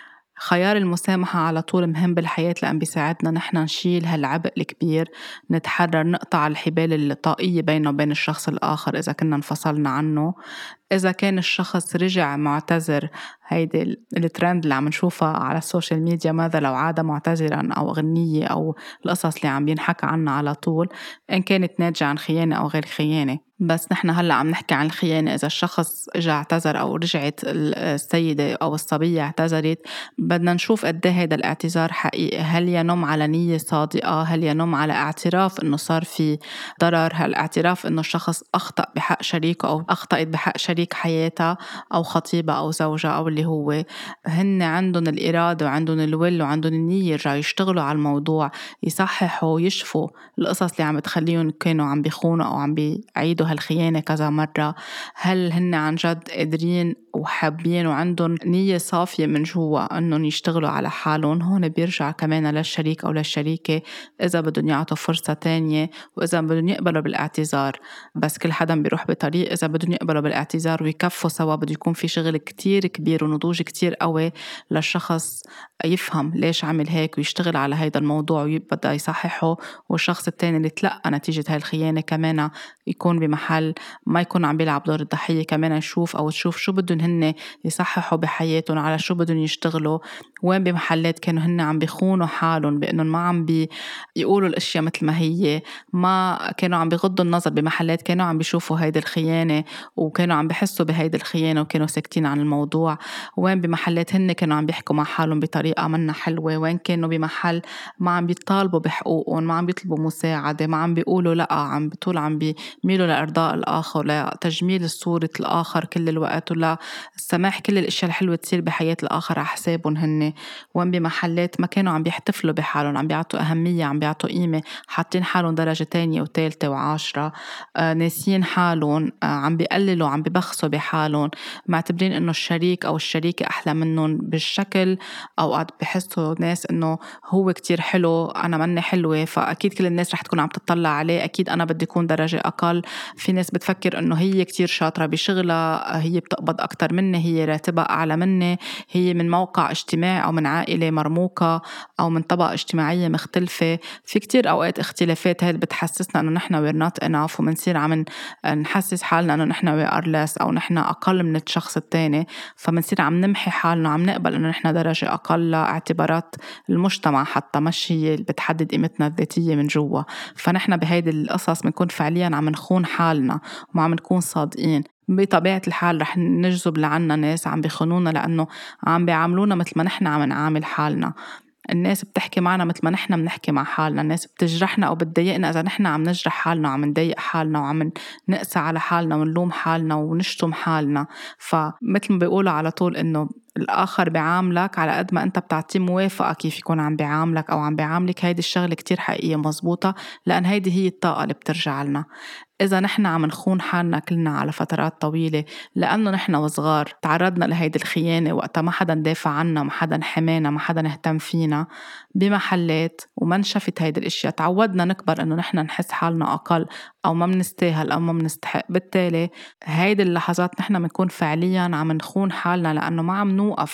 A: خيار المسامحة على طول مهم بالحياة، لأن بيساعدنا نحن نشيل هالعبء الكبير، نتحرر، نقطع الحبال الطاقية بينه وبين الشخص الآخر إذا كنا انفصلنا عنه. إذا كان الشخص رجع معتذر، هيدي الترند اللي عم نشوفها على السوشيال ميديا، ماذا لو عاد معتذرا، أو أغنية أو القصص اللي عم بينحكى عنها على طول، إن كانت ناتجة عن خيانة أو غير خيانة. بس نحن هلأ عم نحكي عن الخيانة. إذا الشخص رجع اعتذر أو رجعت السيدة أو الصبية اعتذرت، بدنا نشوف قد ايه هيدا الاعتذار حقيقي، هل ينم على نية صادقة، هل ينم على اعتراف إنه صار في ضرر، هل اعتراف إنه الشخص أخطأ بحق شريكه أو أخطأت بحق شريك حياتها أو خطيبة أو زوجة أو اللي هو. هن عندهم الإرادة وعندهم الول وعندهم النية يرجعوا يشتغلوا على الموضوع، يصححوا ويشفوا القصص اللي عم تخليهم كانوا عم بيخونوا أو عم بيعيدوا هالخيانة كذا مرة. هل هن عن جد قادرين وحابين وعندهم نية صافية من جوا أنهم يشتغلوا على حالهم. هون بيرجع كمان للشريك أو للشريكة إذا بدهم يعطوا فرصة تانية، وإذا بدهم يقبلوا بالاعتذار. بس كل حدا بيروح بطريق. إذا بدهم يقبلوا بالاعتذار ويكفوا سوا، بده يكون في شغل كتير كبير ونضوج كتير قوي للشخص يفهم ليش عمل هيك ويشتغل على هيدا الموضوع ويبدأ يصححه. والشخص التاني اللي تلقى نتيجة هاي الخيانة كمان يكون بمحل ما يكون عم بيلعب دور الضحية، كمان يشوف أو تشوف شو بدهم هن يصححوا بحياتهم، على شو بدهم يشتغلوا، وين بمحلات كانوا هن عم بيخونوا حالهم بأنهم ما عم بيقولوا الأشياء مثل ما هي، ما كانوا عم بيغضوا النظر بمحلات كانوا عم بيشوفوا هيدا الخيانة وكانوا عم بيحسوا بهيدا الخيانة وكانوا ساكتين عن الموضوع، وين بمحلات هن كانوا عم بيحكوا مع حالهم بطريقة منا حلوة، وين كانوا بمحل ما عم بيطالبوا بحقوقهم، ما عم بيطلبوا مساعدة، ما عم بيقولوا لأ، عم بطول عم بيميلوا لإرضاء الآخر، لتجميل صورة الآخر كل الوقت، ولا السماح كل الأشياء الحلوة تصير بحياة الآخر على حسابهم هن. وين بمحلات ما كانوا عم بيحتفلوا بحالهم، عم بيعطوا أهمية، عم بيعطوا قيمة، حاطين حالهم درجة تانية وثالثة وعاشرة، ناسين حالهم، عم بيقللوا، عم ببخسوا بحالهم، معتبرين إنه الشريك أو الشريكة أحلى منهم بالشكل. أوقات بحسوا ناس إنه هو كتير حلو، أنا مني حلوة، فأكيد كل الناس رح تكون عم تطلع عليه، أكيد أنا بدي أكون درجة أقل. في ناس بتفكر إنه هي كتير شاطرة بشغلها، هي بتقبض أكتر مني، هي راتبها أعلى مني، هي من موقع اجتماعي أو من عائلة مرموقة أو من طبقة اجتماعية مختلفة. في كتير أوقات اختلافات هاي بتحسسنا إنه نحن we're not enough، ومنصير عم نحسس حالنا إنه نحن we are less أو نحن أقل من الشخص التاني، فمنصير عم نمحي حالنا، عم نقبل إنه نحن درجة أقل لاعتبارات المجتمع، حتى مش هي اللي بتحدد قيمتنا الذاتية من جوا. فنحن بهيدي القصص بنكون فعليا عم نخون حالنا وما عم نكون صادقين. بطبيعة الحال رح نجذب لعنا ناس عم بيخونونا لأنه عم بيعاملونا مثل ما نحن عم نعامل حالنا. الناس بتحكي معنا مثل ما نحن بنحكي مع حالنا. الناس بتجرحنا أو بتضايقنا إذا نحن عم نجرح حالنا وعم نضايق حالنا وعم نقسى على حالنا ونلوم حالنا ونشتم حالنا. فمثل ما بيقولوا على طول إنه الآخر بيعاملك على قد ما أنت بتعطيه موافقة كيف يكون عم بيعاملك أو عم بيعاملك. هيدي الشغلة كتير حقيقية مزبوطة، لأن هيدي هي الطاقة اللي بترجع لنا. إذا نحن عم نخون حالنا كلنا على فترات طويلة لأنه نحن وصغار تعرضنا لهيدي الخيانة وقتها ما حدا دافع عنا، ما حدا حمانا، ما حدا اهتم فينا بمحلات، وما نشفت هيدي الاشياء، تعودنا نكبر انه نحن نحس حالنا اقل او ما بنستاهل او ما بنستحق. بالتالي هيدي اللحظات نحن بنكون فعليا عم نخون حالنا، لانه ما عم نوقف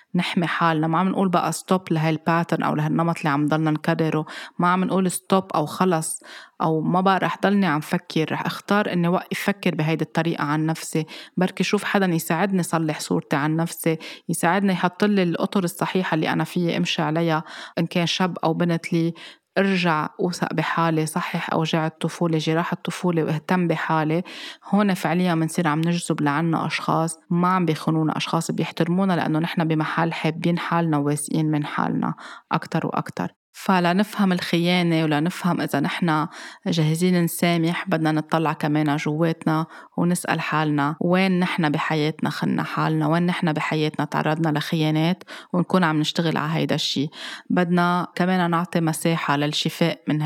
A: نحمي حالنا، ما عم نقول بقى ستوب لهي الباترن أو لهالنمط اللي عم ضلنا نكرره، ما عم نقول ستوب أو خلص أو ما بقى رح ضلني عم فكر، رح اختار إني وقف فكر بهيدي الطريقة عن نفسي، بركي شوف حدا يساعدني صلح صورتي عن نفسي، يساعدني يحط لي الأطر الصحيحة اللي أنا فيي أمشي عليها، إن كان شاب أو بنت لي ارجع اوثق بحالي، صحح اوجاع الطفوله، جراح الطفوله، واهتم بحالي. هون فعليا بنصير عم نجذب لعنا اشخاص ما عم بيخونونا، اشخاص بيحترمونا لانه نحن بمحل حابين حالنا وواثقين من حالنا اكتر واكتر. فلا نفهم الخيانة ولا نفهم إذا نحن جاهزين نسامح، بدنا نطلع كمان جواتنا ونسأل حالنا وين نحن بحياتنا خلنا حالنا، وين نحن بحياتنا تعرضنا لخيانات، ونكون عم نشتغل على هيدا الشي. بدنا كمان نعطي مساحة للشفاء من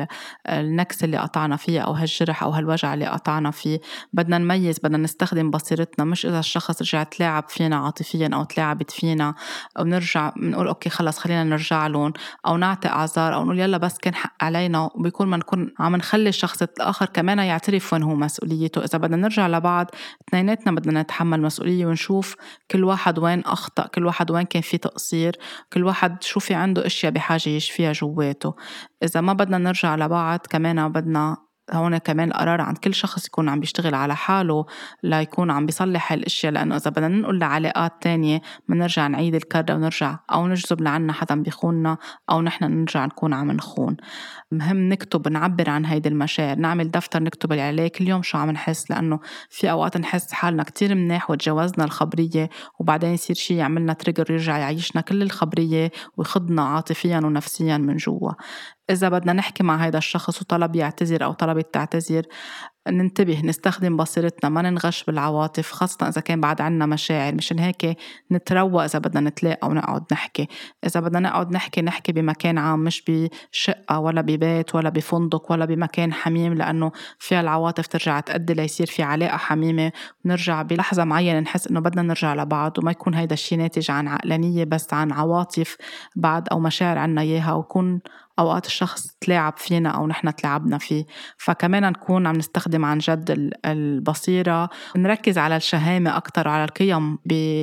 A: النكس اللي قطعنا فيه أو هالجرح أو هالوجع اللي قطعنا فيه. بدنا نميز، بدنا نستخدم بصيرتنا، مش إذا الشخص رجع تلاعب فينا عاطفيا أو تلاعبت فينا ونرجع بنقول أوكي خلص خلينا نرجع لهم، أو نعطي أعذار أو نقول يلا بس كان حق علينا، وبيكون ما نكون عم نخلي الشخص الآخر كمان يعترف وين هو مسؤوليته. إذا بدنا نرجع لبعض اثنيناتنا بدنا نتحمل مسؤولية ونشوف كل واحد وين أخطأ، كل واحد وين كان في تقصير، كل واحد شو في عنده أشياء بحاجة يشفيها جواته. إذا ما بدنا نرجع لبعض كمان بدنا هون كمان القرار عند كل شخص يكون عم بيشتغل على حاله لا يكون عم بيصلح هالاشياء، لأنه إذا بدنا ننقل لعلاقات تانية منرجع نعيد الكرة ونرجع أو نجذب لعنا حدا بيخوننا أو نحن نرجع نكون عم نخون. مهم نكتب نعبر عن هيدي المشاعر، نعمل دفتر نكتب اللي عليه كل يوم شو عم نحس، لأنه في أوقات نحس حالنا كتير مناح وتجاوزنا الخبرية وبعدين يصير شي يعملنا تريجر يرجع يعيشنا كل الخبرية ويخضنا عاطفيا ونفسيا من جوا. إذا بدنا نحكي مع هيدا الشخص وطلب يعتذر أو طلبت تعتذر ننتبه، نستخدم بصيرتنا، ما ننغش بالعواطف، خاصة إذا كان بعد عنا مشاعر. مشان هيك نتروق إذا بدنا نتلاقى ونقعد نحكي. إذا بدنا نقعد نحكي بمكان عام، مش بشقة ولا ببيت ولا بفندق ولا بمكان حميم، لأنه فيها العواطف ترجع تأدي ليصير في علاقة حميمة ونرجع بلحظة معينة نحس إنه بدنا نرجع لبعض، وما يكون هيدا الشي ناتج عن عقلانية بس عن عواطف بعد أو مشاعر عنا إياها، ويكون أوقات الشخص تلاعب فينا أو نحن تلاعبنا فيه. فكمان نكون عم نستخدم عن جد البصيرة، نركز على الشهامة أكتر وعلى القيم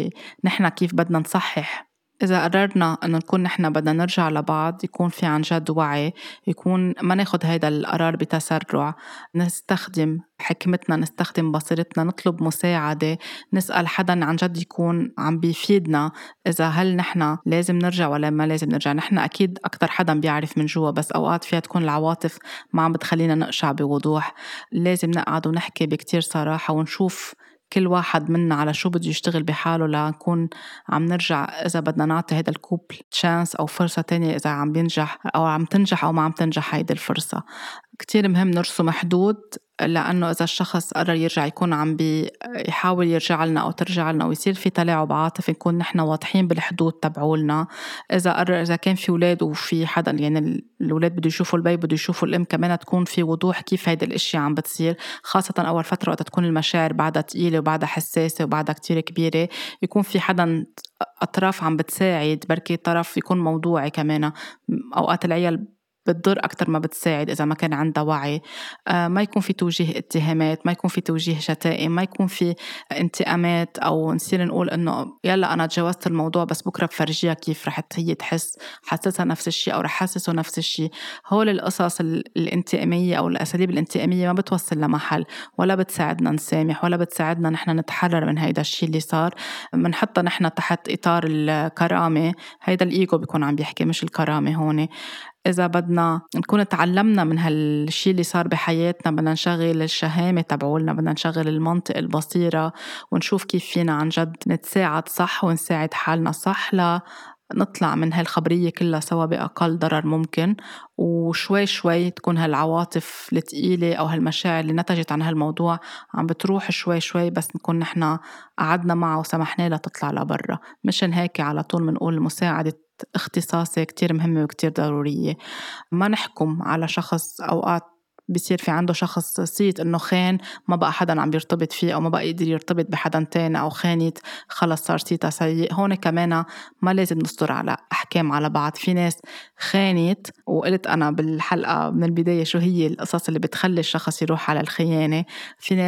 A: نحن كيف بدنا نصحح. إذا قررنا أنه نكون نحن بدنا نرجع لبعض يكون في عن جد وعي، يكون ما ناخد هيدا القرار بتسرع، نستخدم حكمتنا، نستخدم بصيرتنا، نطلب مساعدة، نسأل حدا عن جد يكون عم بيفيدنا إذا هل نحن لازم نرجع ولا ما لازم نرجع. نحن أكيد أكتر حدا بيعرف من جوا، بس أوقات فيها تكون العواطف ما عم بتخلينا نقشع بوضوح. لازم نقعد ونحكي بكتير صراحة ونشوف كل واحد منا على شو بده يشتغل بحاله لنكون عم نرجع، إذا بدنا نعطي هيدا الكوبل تشانس أو فرصة تانية إذا عم بينجح أو عم تنجح أو ما عم تنجح هيدا الفرصة. كتير مهم نرسم حدود، لأنه إذا الشخص قرر يرجع يكون عم بيحاول يرجع لنا أو ترجع لنا ويصير في تلاعب عاطفي نكون نحن واضحين بالحدود تبعولنا. إذا قرر إذا كان في أولاد وفي حدا يعني الأولاد بده يشوفوا البي بده يشوفوا الأم، كمان تكون في وضوح كيف هيدا الأشياء عم بتصير، خاصة أول فترة وقت تكون المشاعر بعدها تقيلة وبعدها حساسة وبعدها كتير كبيرة، يكون في حدا أطراف عم بتساعد، بركي طرف يكون موضوعي كمان. أوقات العيال بتضر أكتر ما بتساعد إذا ما كان عندها وعي. ما يكون في توجيه اتهامات، ما يكون في توجيه شتائم، ما يكون في انتقامات أو نصير نقول إنه يلا أنا تجاوزت الموضوع بس بكرة بفرجيها كيف رح هي تحس، حسسها نفس الشيء أو رح حسسه نفس الشيء. هول القصص الانتقامية أو الأساليب الانتقامية ما بتوصل لمحل ولا بتساعدنا نسامح ولا بتساعدنا نحن نتحرر من هيدا الشيء اللي صار. منحطها نحن تحت إطار الكرامة، هيدا الإيجو بيكون عم بيحكي مش الكرامة هون. إذا بدنا نكون تعلمنا من هالشي اللي صار بحياتنا بدنا نشغل الشهامة تبعولنا، بدنا نشغل المنطق البصيرة ونشوف كيف فينا عن جد نتساعد صح ونساعد حالنا صح نطلع من هالخبرية كلها سوا بأقل ضرر ممكن. وشوي شوي تكون هالعواطف الثقيلة أو هالمشاعر اللي نتجت عن هالموضوع عم بتروح شوي شوي، بس نكون نحنا قعدنا معه وسمحنا لها تطلع لبرا. مشان هيك على طول منقول مساعدة اختصاصي كتير مهمة وكتير ضرورية. ما نحكم على شخص، أوقات بيصير في عنده شخص صيت إنه خان ما بقى حدا عم بيرتبط فيه أو ما بقى يقدر يرتبط بحدا تاني، أو خانت خلص صار صيتها سيء. هون كمان ما لازم نصدر على أحكام على بعض. في ناس خانت وقلت أنا بالحلقة من البداية شو هي القصص اللي بتخلي الشخص يروح على الخيانة. في ناس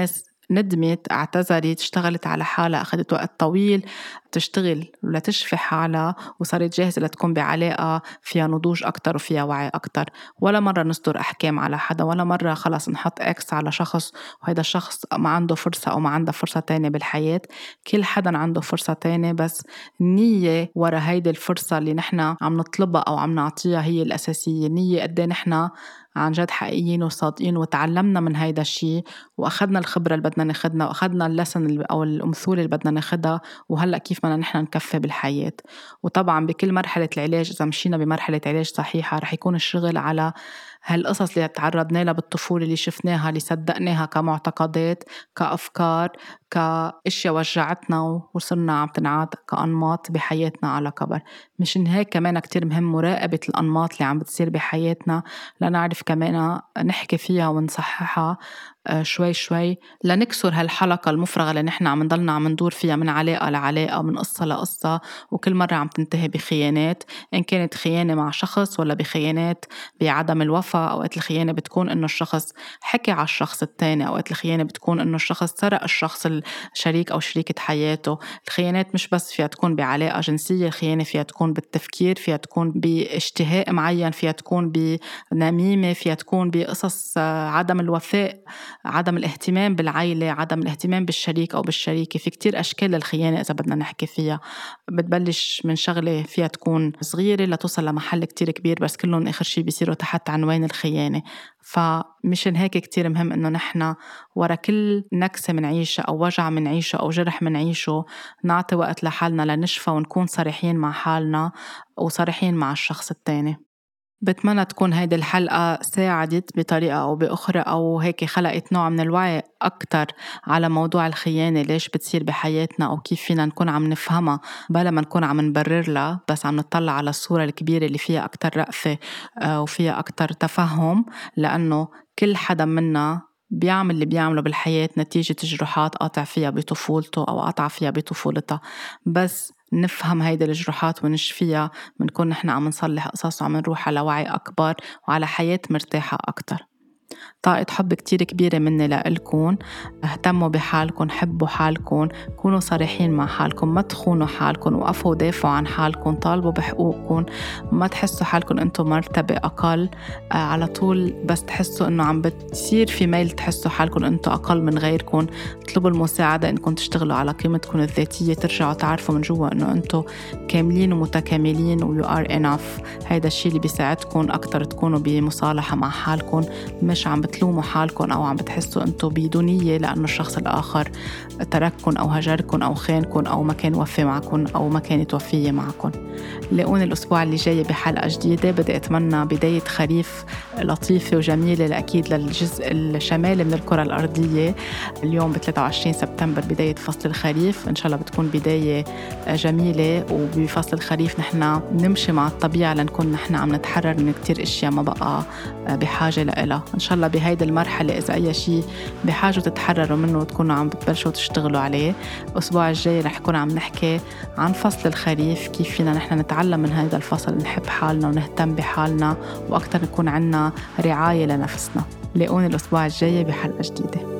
A: ندمت، اعتذرت، اشتغلت على حالها، أخذت وقت طويل تشتغل ولا تشفي حالها، وصارت جاهزة لتكون بعلاقة فيها نضوج أكتر وفيها وعي أكتر. ولا مرة نصدر أحكام على حدا، ولا مرة خلاص نحط إكس على شخص وهيدا الشخص ما عنده فرصة أو ما عنده فرصة تانية بالحياة. كل حدا عنده فرصة تانية، بس النية ورا هيدي الفرصة اللي نحنا عم نطلبها أو عم نعطيها هي الأساسية. النية قد ايه نحنا عن جد حقيقيين وصادقين وتعلمنا من هيدا الشي، وأخذنا الخبرة اللي بدنا ناخدنا، وأخذنا اللسن أو الأمثول اللي بدنا ناخدها، وهلأ كيف بدنا نحن نكفي بالحياة. وطبعا بكل مرحلة العلاج، إذا مشينا بمرحلة علاج صحيحة، رح يكون الشغل على هالقصص اللي تعرضنا لها بالطفولة، اللي شفناها، اللي صدقناها كمعتقدات، كأفكار، كأشياء وجعتنا وصرنا عم تنعاد كأنماط بحياتنا على كبر. مشان هيك كمان كتير مهم مراقبة الأنماط اللي عم بتصير بحياتنا، لنعرف كمان نحكي فيها ونصححها شوي شوي، لنكسر هالحلقة المفرغة اللي نحن عم نضلنا عم ندور فيها من علاقة لعلاقة، من قصة لقصة، وكل مرة عم تنتهي بخيانات. إن كانت خيانة مع شخص ولا بخيانات بعدم الوفاء. أوقات الخيانة بتكون إنه الشخص حكي على الشخص التاني، أوقات الخيانة بتكون إنه الشخص سرق الشخص الشريك أو شريكة حياته. الخيانات مش بس فيها تكون بعلاقة جنسية، الخيانة فيها تكون بالتفكير، فيها تكون باشتهاء معين، فيها تكون بنميمة، فيها تكون بقصص عدم الوفاء، عدم الاهتمام بالعائلة، عدم الاهتمام بالشريك أو بالشريكة. في كتير أشكال للخيانة إذا بدنا نحكي فيها. بتبلش من شغلة فيها تكون صغيرة لتوصل لمحل كتير كبير، بس كلهم آخر شي بيصيروا تحت عنوان الخيانة. فمشان هيك كتير مهم إنه نحنا ورا كل نكسة منعيشها أو وجع منعيشه أو جرح منعيشه نعطي وقت لحالنا لنشفى، ونكون صريحين مع حالنا وصريحين مع الشخص التاني. بتمنى تكون هيدي الحلقة ساعدت بطريقة أو بأخرى، أو هيك خلقت نوع من الوعي أكتر على موضوع الخيانة، ليش بتصير بحياتنا أو كيف فينا نكون عم نفهمها بلا ما نكون عم نبرر لها، بس عم نطلع على الصورة الكبيرة اللي فيها أكتر رأفة وفيها أكتر تفهم. لأنه كل حدا منا بيعمل اللي بيعمله بالحياة نتيجة جروحات قاطع فيها بطفولته أو قاطع فيها بطفولتها. بس نفهم هيدا الجروحات ونشفيها، بنكون نحن عم نصلح قصص وعم نروح على وعي أكبر وعلى حياة مرتاحة أكتر. طاقة حب كتير كبيرة مني لإلكن. اهتموا بحالكن، حبوا حالكن، كونوا صريحين مع حالكن، ما تخونوا حالكن، وقفوا ودافعوا عن حالكن، طالبوا بحقوقكن، ما تحسوا حالكن انتو مرتبة أقل على طول. بس تحسوا انه عم بتصير في ميل تحسوا حالكن انتو أقل من غيركن، اطلبوا المساعدة انكم تشتغلوا على قيمتكن الذاتية، ترجعوا تعرفوا من جوا انه انتو كاملين ومتكاملين و you are enough. هيدا الشيء اللي بيساعدكن أكتر تكونوا بمصالحة مع حالكن، مش عم بتلوموا حالكن أو عم بتحسوا أنتوا بدونية لأنه الشخص الآخر ترككن أو هجركن أو خانكن أو ما كان وفي معكن أو ما كانت وفية معكن. لاقوني الأسبوع اللي جاي بحلقة جديدة. بدي أتمنى بداية خريف لطيفة وجميلة لأكيد للجزء الشمالي من الكرة الأرضية. اليوم ب 23 سبتمبر بداية فصل الخريف، إن شاء الله بتكون بداية جميلة. وبفصل الخريف نحن نمشي مع الطبيعة لنكون نحن عم نتحرر من كتير إشياء ما بقى بحاجة لها. إن شاء الله بهيدي المرحلة إذا أي شيء بحاجة تتحرروا منه وتكونوا عم بتبلشوا تشتغلوا عليه. الأسبوع الجاي رح يكون عم نحكي عن فصل الخريف، كيف فينا نحن نتعلم من هذا الفصل نحب حالنا ونهتم بحالنا وأكتر نكون عنا رعاية لنفسنا. لاقوني الأسبوع الجاي بحلقة جديدة.